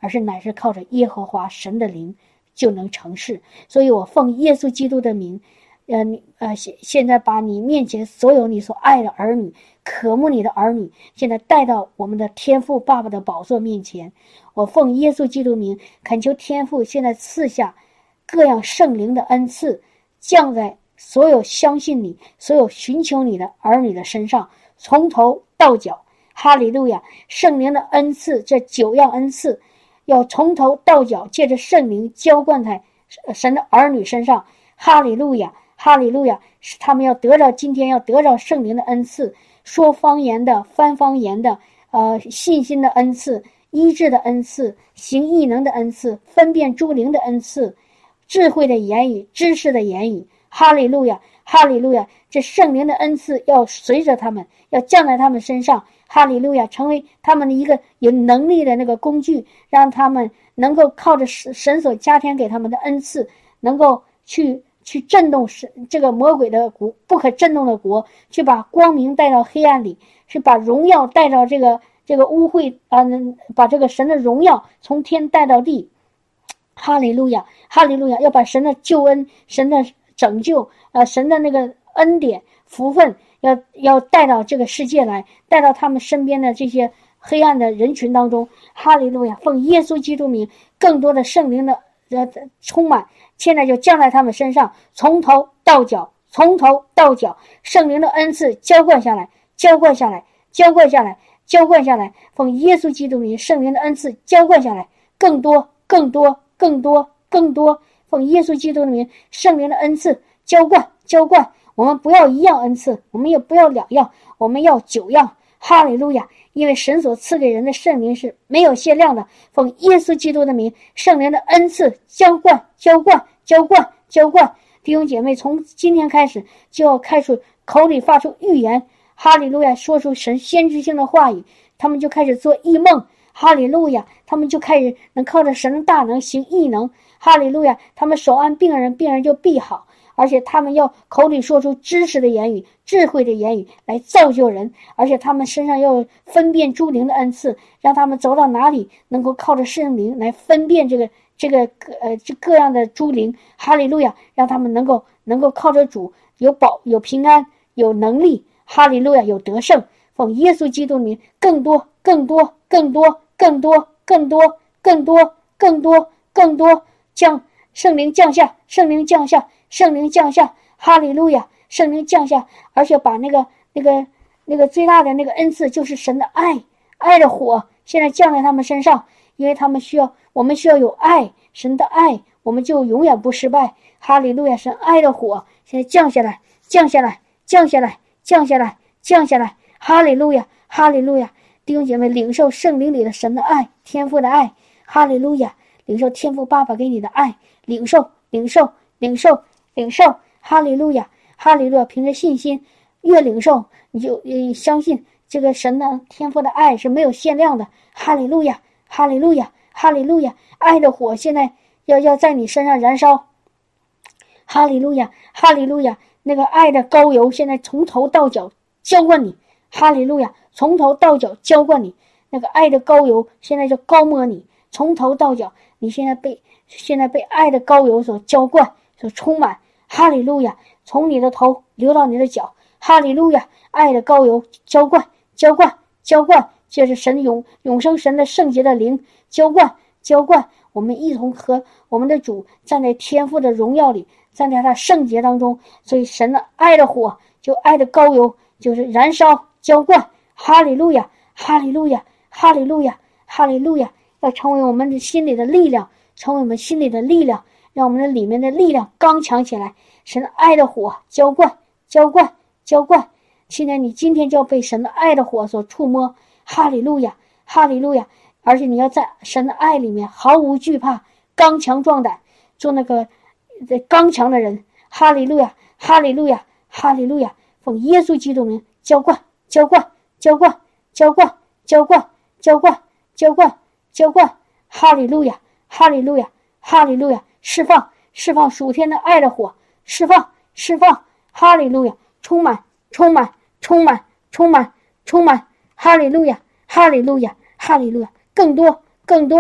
而是乃是靠着耶和华神的灵就能成事。所以我奉耶稣基督的名，现在把你面前所有你所爱的儿女，渴慕你的儿女，现在带到我们的天父爸爸的宝座面前。我奉耶稣基督名，恳求天父现在赐下各样圣灵的恩赐，降在所有相信你、所有寻求你的儿女的身上，从头到脚。哈利路亚！圣灵的恩赐，这9样恩赐要从头到脚借着圣灵浇灌在神的儿女身上。哈利路亚，哈利路亚！他们今天要得到圣灵的恩赐，说方言的、翻方言的，信心的恩赐、医治的恩赐、行异能的恩赐、分辨诸灵的恩赐、智慧的言语、知识的言语。哈利路亚，哈利路亚！这圣灵的恩赐要随着他们，要降在他们身上。哈利路亚，成为他们的一个有能力的那个工具，让他们能够靠着神所加添给他们的恩赐，能够去震动这个魔鬼的不可震动的国，去把光明带到黑暗里，是把荣耀带到这个污秽把这个神的荣耀从天带到地。哈利路亚，哈利路亚！要把神的救恩、神的拯救、神的那个恩典、福分，要带到这个世界来，带到他们身边的这些黑暗的人群当中。哈利路亚！奉耶稣基督名，更多的圣灵的充满，现在就降在他们身上，从头到脚，从头到脚，圣灵的恩赐浇灌下来，浇灌下来，浇灌下来，浇灌下来。奉耶稣基督名，圣灵的恩赐浇灌下来，更多，更多，更多，更多。奉耶稣基督的名，圣灵的恩赐浇灌，浇灌。我们不要1样恩赐，我们也不要2样，我们要9样。哈利路亚！因为神所赐给人的圣灵是没有限量的。奉耶稣基督的名，圣灵的恩赐浇灌，浇灌，浇灌，浇灌。弟兄姐妹，从今天开始就要开始口里发出预言。哈利路亚！说出神先知性的话语，他们就开始做异梦。哈利路亚！他们就开始能靠着神的大能行异能。哈利路亚！他们手按病人，病人就必好。而且他们要口里说出知识的言语、智慧的言语来造就人，而且他们身上要分辨诸灵的恩赐，让他们走到哪里能够靠着圣灵来分辨这各样的诸灵。哈利路亚！让他们能够靠着主有平安，有能力。哈利路亚！有得胜。奉耶稣基督的名，更多，更多，更多，更多，更多，更多，更多，更多，圣灵降下，圣灵降下，圣灵降下。哈利路亚！圣灵降下，而且把那个最大的那个恩赐，就是神的爱的火，现在降在他们身上，因为我们需要有爱，神的爱，我们就永远不失败。哈利路亚！神爱的火现在降下来，降下来，降下来，降下来，降下来。哈利路亚！哈利路亚！弟兄姐妹，领受圣灵里的神的爱，天父的爱。哈利路亚！领受天父爸爸给你的爱，领受，领受，领受，领受。哈利路亚！哈利路亚！凭着信心，越领受你就相信这个神的天父的爱是没有限量的。哈利路亚！哈利路亚！哈利路亚！爱的火现在要在你身上燃烧。哈利路亚！哈利路亚！那个爱的膏油现在从头到脚浇灌你。哈利路亚！从头到脚浇灌你，那个爱的膏油现在就膏抹你，从头到脚，你现在被爱的膏油所浇灌，所充满。哈利路亚！从你的头流到你的脚。哈利路亚！爱的膏油浇灌，浇灌，浇灌，这是神永生神的圣洁的灵浇灌，浇灌。我们一同和我们的主站在天父的荣耀里，站在他圣洁当中。所以神的爱的火，就爱的膏油，就是燃烧浇灌。哈利路亚！哈利路亚！哈利路亚！哈利路亚！要成为我们的心里的力量，成为我们心里的力量，让我们的里面的力量刚强起来。神的爱的火浇灌，浇灌，浇灌。现在你今天就要被神的爱的火所触摸。哈利路亚！哈利路亚！而且你要在神的爱里面毫无惧怕，刚强壮胆，做那个刚强的人。哈利路亚！哈利路亚！哈利路亚！奉耶稣基督名浇灌，浇灌，浇灌，浇灌，浇灌，浇灌，浇灌，浇灌。哈利路亚！哈利路亚！哈利路亚！释放，释放属天的爱的火，释放，释放。哈利路亚！充满，充满，充满，充满，充满。哈利路亚！哈利路亚！哈利路亚！更多，更多，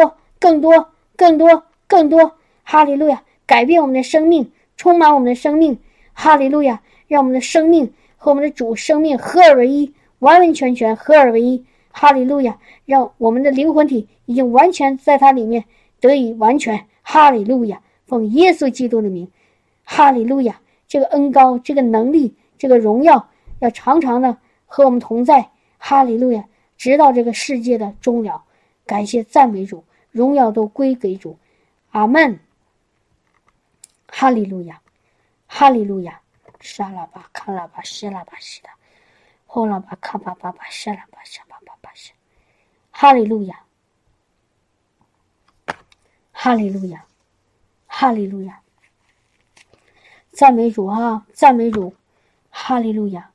更多，更多，更多，哈利路亚！改变我们的生命，充满我们的生命，哈利路亚！让我们的生命和我们的主生命合而为一，完完全全合而为一，哈利路亚！让我们的灵魂体已经完全在它里面得以完全，哈利路亚！奉耶稣基督的名，哈利路亚！这个恩膏，这个能力，这个荣耀，要常常的和我们同在，哈利路亚！直到这个世界的终了。感谢赞美主，荣耀都归给主，阿门。哈利路亚，哈利路亚，沙拉巴卡拉巴西拉巴西的，后拉巴卡巴巴巴沙拉巴沙巴巴巴沙，哈利路亚，哈利路亚，哈利路亚，赞美主啊，赞美主，哈利路亚。